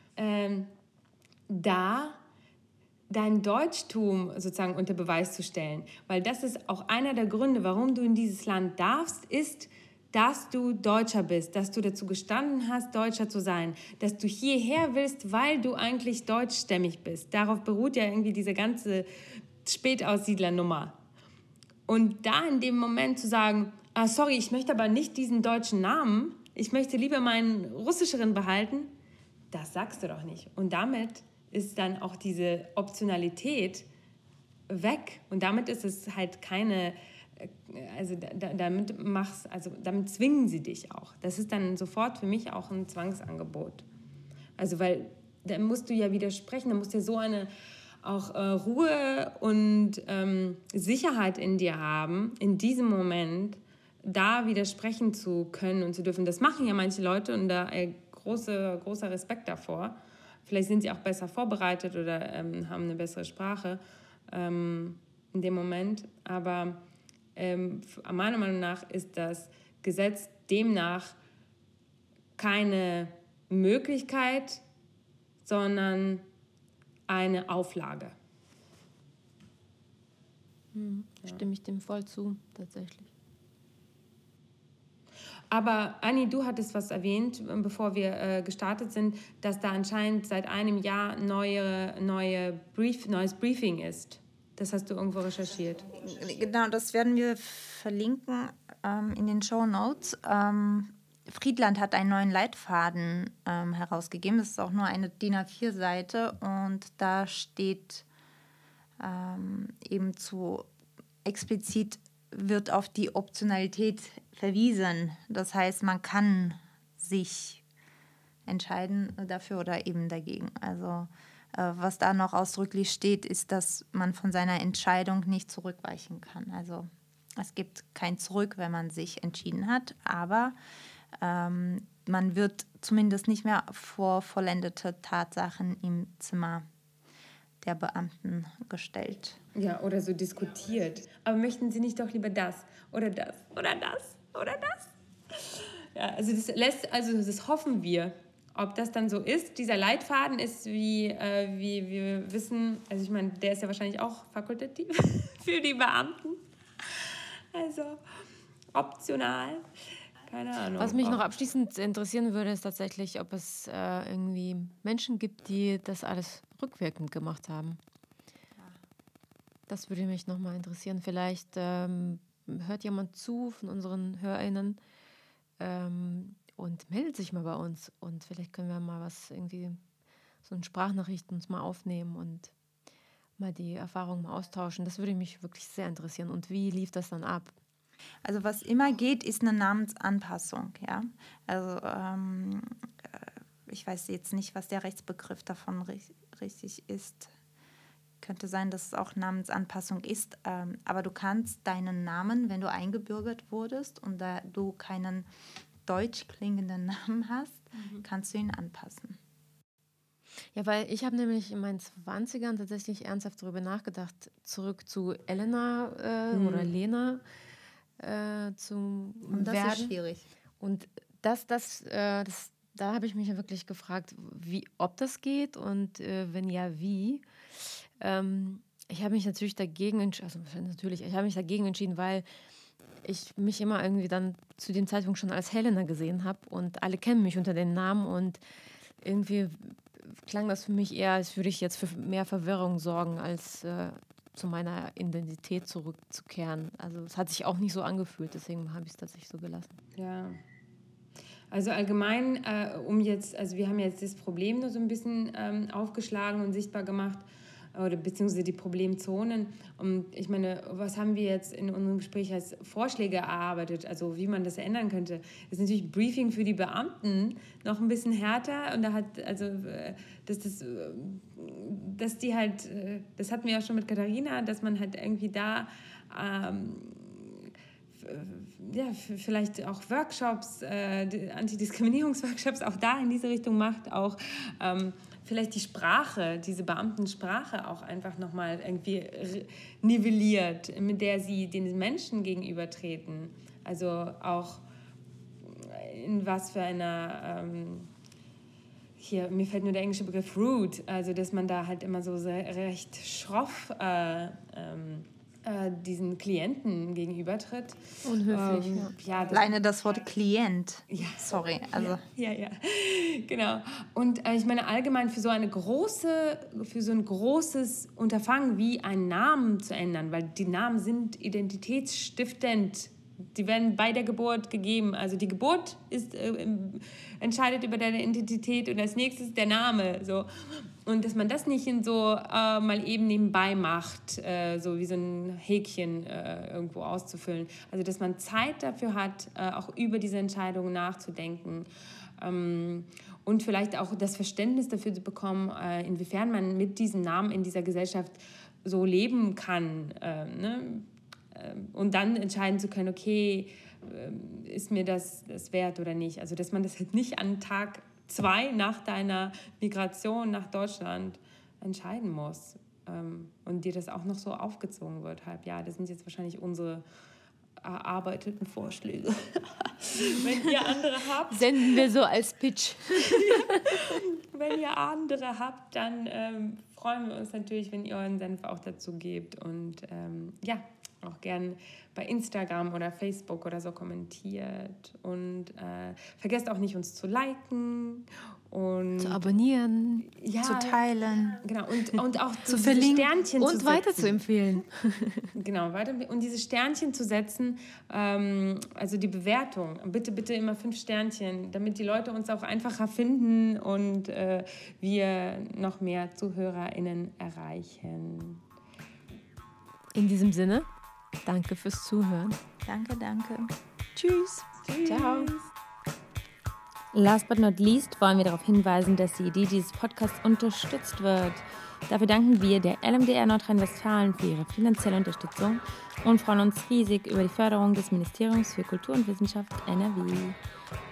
da, dein Deutschtum sozusagen unter Beweis zu stellen. Weil das ist auch einer der Gründe, warum du in dieses Land darfst, ist, dass du Deutscher bist, dass du dazu gestanden hast, Deutscher zu sein, dass du hierher willst, weil du eigentlich deutschstämmig bist. Darauf beruht ja irgendwie diese ganze Spätaussiedlernummer. Und da in dem Moment zu sagen, sorry, ich möchte aber nicht diesen deutschen Namen, ich möchte lieber meinen russischeren behalten, das sagst du doch nicht. Und damit ist dann auch diese Optionalität weg. Und damit ist es halt keine, damit zwingen sie dich auch. Das ist dann sofort für mich auch ein Zwangsangebot. Also weil, da musst du ja widersprechen, da musst du ja so eine auch Ruhe und Sicherheit in dir haben, in diesem Moment da widersprechen zu können und zu dürfen. Das machen ja manche Leute und da großer Respekt davor. Vielleicht sind sie auch besser vorbereitet oder haben eine bessere Sprache in dem Moment. Aber meiner Meinung nach ist das Gesetz demnach keine Möglichkeit, sondern eine Auflage. Stimme ich dem voll zu, tatsächlich. Aber Anni, du hattest was erwähnt, bevor wir gestartet sind, dass da anscheinend seit einem Jahr neues Briefing ist. Das hast du irgendwo recherchiert. Genau, das werden wir verlinken in den Shownotes. Friedland hat einen neuen Leitfaden herausgegeben. Das ist auch nur eine DIN A4-Seite und da steht eben zu explizit wird auf die Optionalität verwiesen. Das heißt, man kann sich entscheiden dafür oder eben dagegen. Also was da noch ausdrücklich steht, ist, dass man von seiner Entscheidung nicht zurückweichen kann. Also es gibt kein Zurück, wenn man sich entschieden hat, aber man wird zumindest nicht mehr vor vollendete Tatsachen im Zimmer der Beamten gestellt. Ja, oder so diskutiert. Aber möchten Sie nicht doch lieber das oder das oder das oder das? Ja, also das hoffen wir. Ob das dann so ist, dieser Leitfaden ist, wie wir wissen, also ich meine, der ist ja wahrscheinlich auch fakultativ für die Beamten. Also optional. Keine Ahnung. Was mich noch abschließend interessieren würde, ist tatsächlich, ob es irgendwie Menschen gibt, die das alles rückwirkend gemacht haben. Das würde mich nochmal interessieren. Vielleicht hört jemand zu von unseren HörerInnen und meldet sich mal bei uns. Und vielleicht können wir mal so eine Sprachnachricht uns mal aufnehmen und mal die Erfahrungen mal austauschen. Das würde mich wirklich sehr interessieren. Und wie lief das dann ab? Also was immer geht, ist eine Namensanpassung. Ja? Also ich weiß jetzt nicht, was der Rechtsbegriff davon richtig ist. Könnte sein, dass es auch Namensanpassung ist. Aber du kannst deinen Namen, wenn du eingebürgert wurdest und da du keinen deutsch klingenden Namen hast, kannst du ihn anpassen. Ja, weil ich habe nämlich in meinen 20ern tatsächlich ernsthaft darüber nachgedacht, zurück zu Elena oder Lena zu Und das werden. ist schwierig. Und da habe ich mich ja wirklich gefragt, ob das geht und wenn ja, wie. Ich habe mich natürlich dagegen entschieden, weil ich mich immer irgendwie dann zu dem Zeitpunkt schon als Helena gesehen habe und alle kennen mich unter den Namen und irgendwie klang das für mich eher, als würde ich jetzt für mehr Verwirrung sorgen, als zu meiner Identität zurückzukehren. Also es hat sich auch nicht so angefühlt, deswegen habe ich es tatsächlich so gelassen. Ja. Also allgemein, wir haben jetzt das Problem nur so ein bisschen aufgeschlagen und sichtbar gemacht, oder beziehungsweise die Problemzonen. Und ich meine, was haben wir jetzt in unserem Gespräch als Vorschläge erarbeitet, also wie man das ändern könnte? Das ist natürlich Briefing für die Beamten noch ein bisschen härter und da hat, also, dass die halt, das hatten wir ja schon mit Katharina, dass man halt irgendwie da vielleicht auch Workshops, Antidiskriminierungsworkshops auch da in diese Richtung macht, auch vielleicht die Sprache, diese Beamtensprache auch einfach nochmal irgendwie nivelliert, mit der sie den Menschen gegenübertreten. Also auch in was für einer, hier, mir fällt nur der englische Begriff rude, also dass man da halt immer so recht schroff diesen Klienten gegenübertritt. Unhöflich, ja. Alleine das Wort Klient. Ja. Sorry. Also. Ja, genau. Und ich meine allgemein für so ein großes Unterfangen wie einen Namen zu ändern, weil die Namen sind identitätsstiftend. Die werden bei der Geburt gegeben. Also die Geburt entscheidet über deine Identität und als nächstes der Name. So. Und dass man das nicht mal eben nebenbei macht, so wie so ein Häkchen irgendwo auszufüllen. Also dass man Zeit dafür hat, auch über diese Entscheidungen nachzudenken. Und vielleicht auch das Verständnis dafür zu bekommen, inwiefern man mit diesem Namen in dieser Gesellschaft so leben kann. Ne? Und dann entscheiden zu können, okay, ist mir das wert oder nicht. Also dass man das halt nicht an Tag 2 nach deiner Migration nach Deutschland entscheiden muss. Und dir das auch noch so aufgezwungen wird. Das sind jetzt wahrscheinlich unsere erarbeiteten Vorschläge. Wenn ihr andere habt. Senden wir so als Pitch. Wenn ihr andere habt, dann freuen wir uns natürlich, wenn ihr euren Senf auch dazu gebt. Und auch gern bei Instagram oder Facebook oder so kommentiert. Und vergesst auch nicht, uns zu liken und zu abonnieren, zu teilen. Genau, und auch zu verlinken Sternchen und weiter zu empfehlen. Genau, und diese Sternchen zu setzen, also die Bewertung, bitte immer 5 Sternchen, damit die Leute uns auch einfacher finden und wir noch mehr ZuhörerInnen erreichen. In diesem Sinne, danke fürs Zuhören. Danke. Tschüss. Ciao. Last but not least wollen wir darauf hinweisen, dass die Idee dieses Podcasts unterstützt wird. Dafür danken wir der LMDR Nordrhein-Westfalen für ihre finanzielle Unterstützung und freuen uns riesig über die Förderung des Ministeriums für Kultur und Wissenschaft NRW.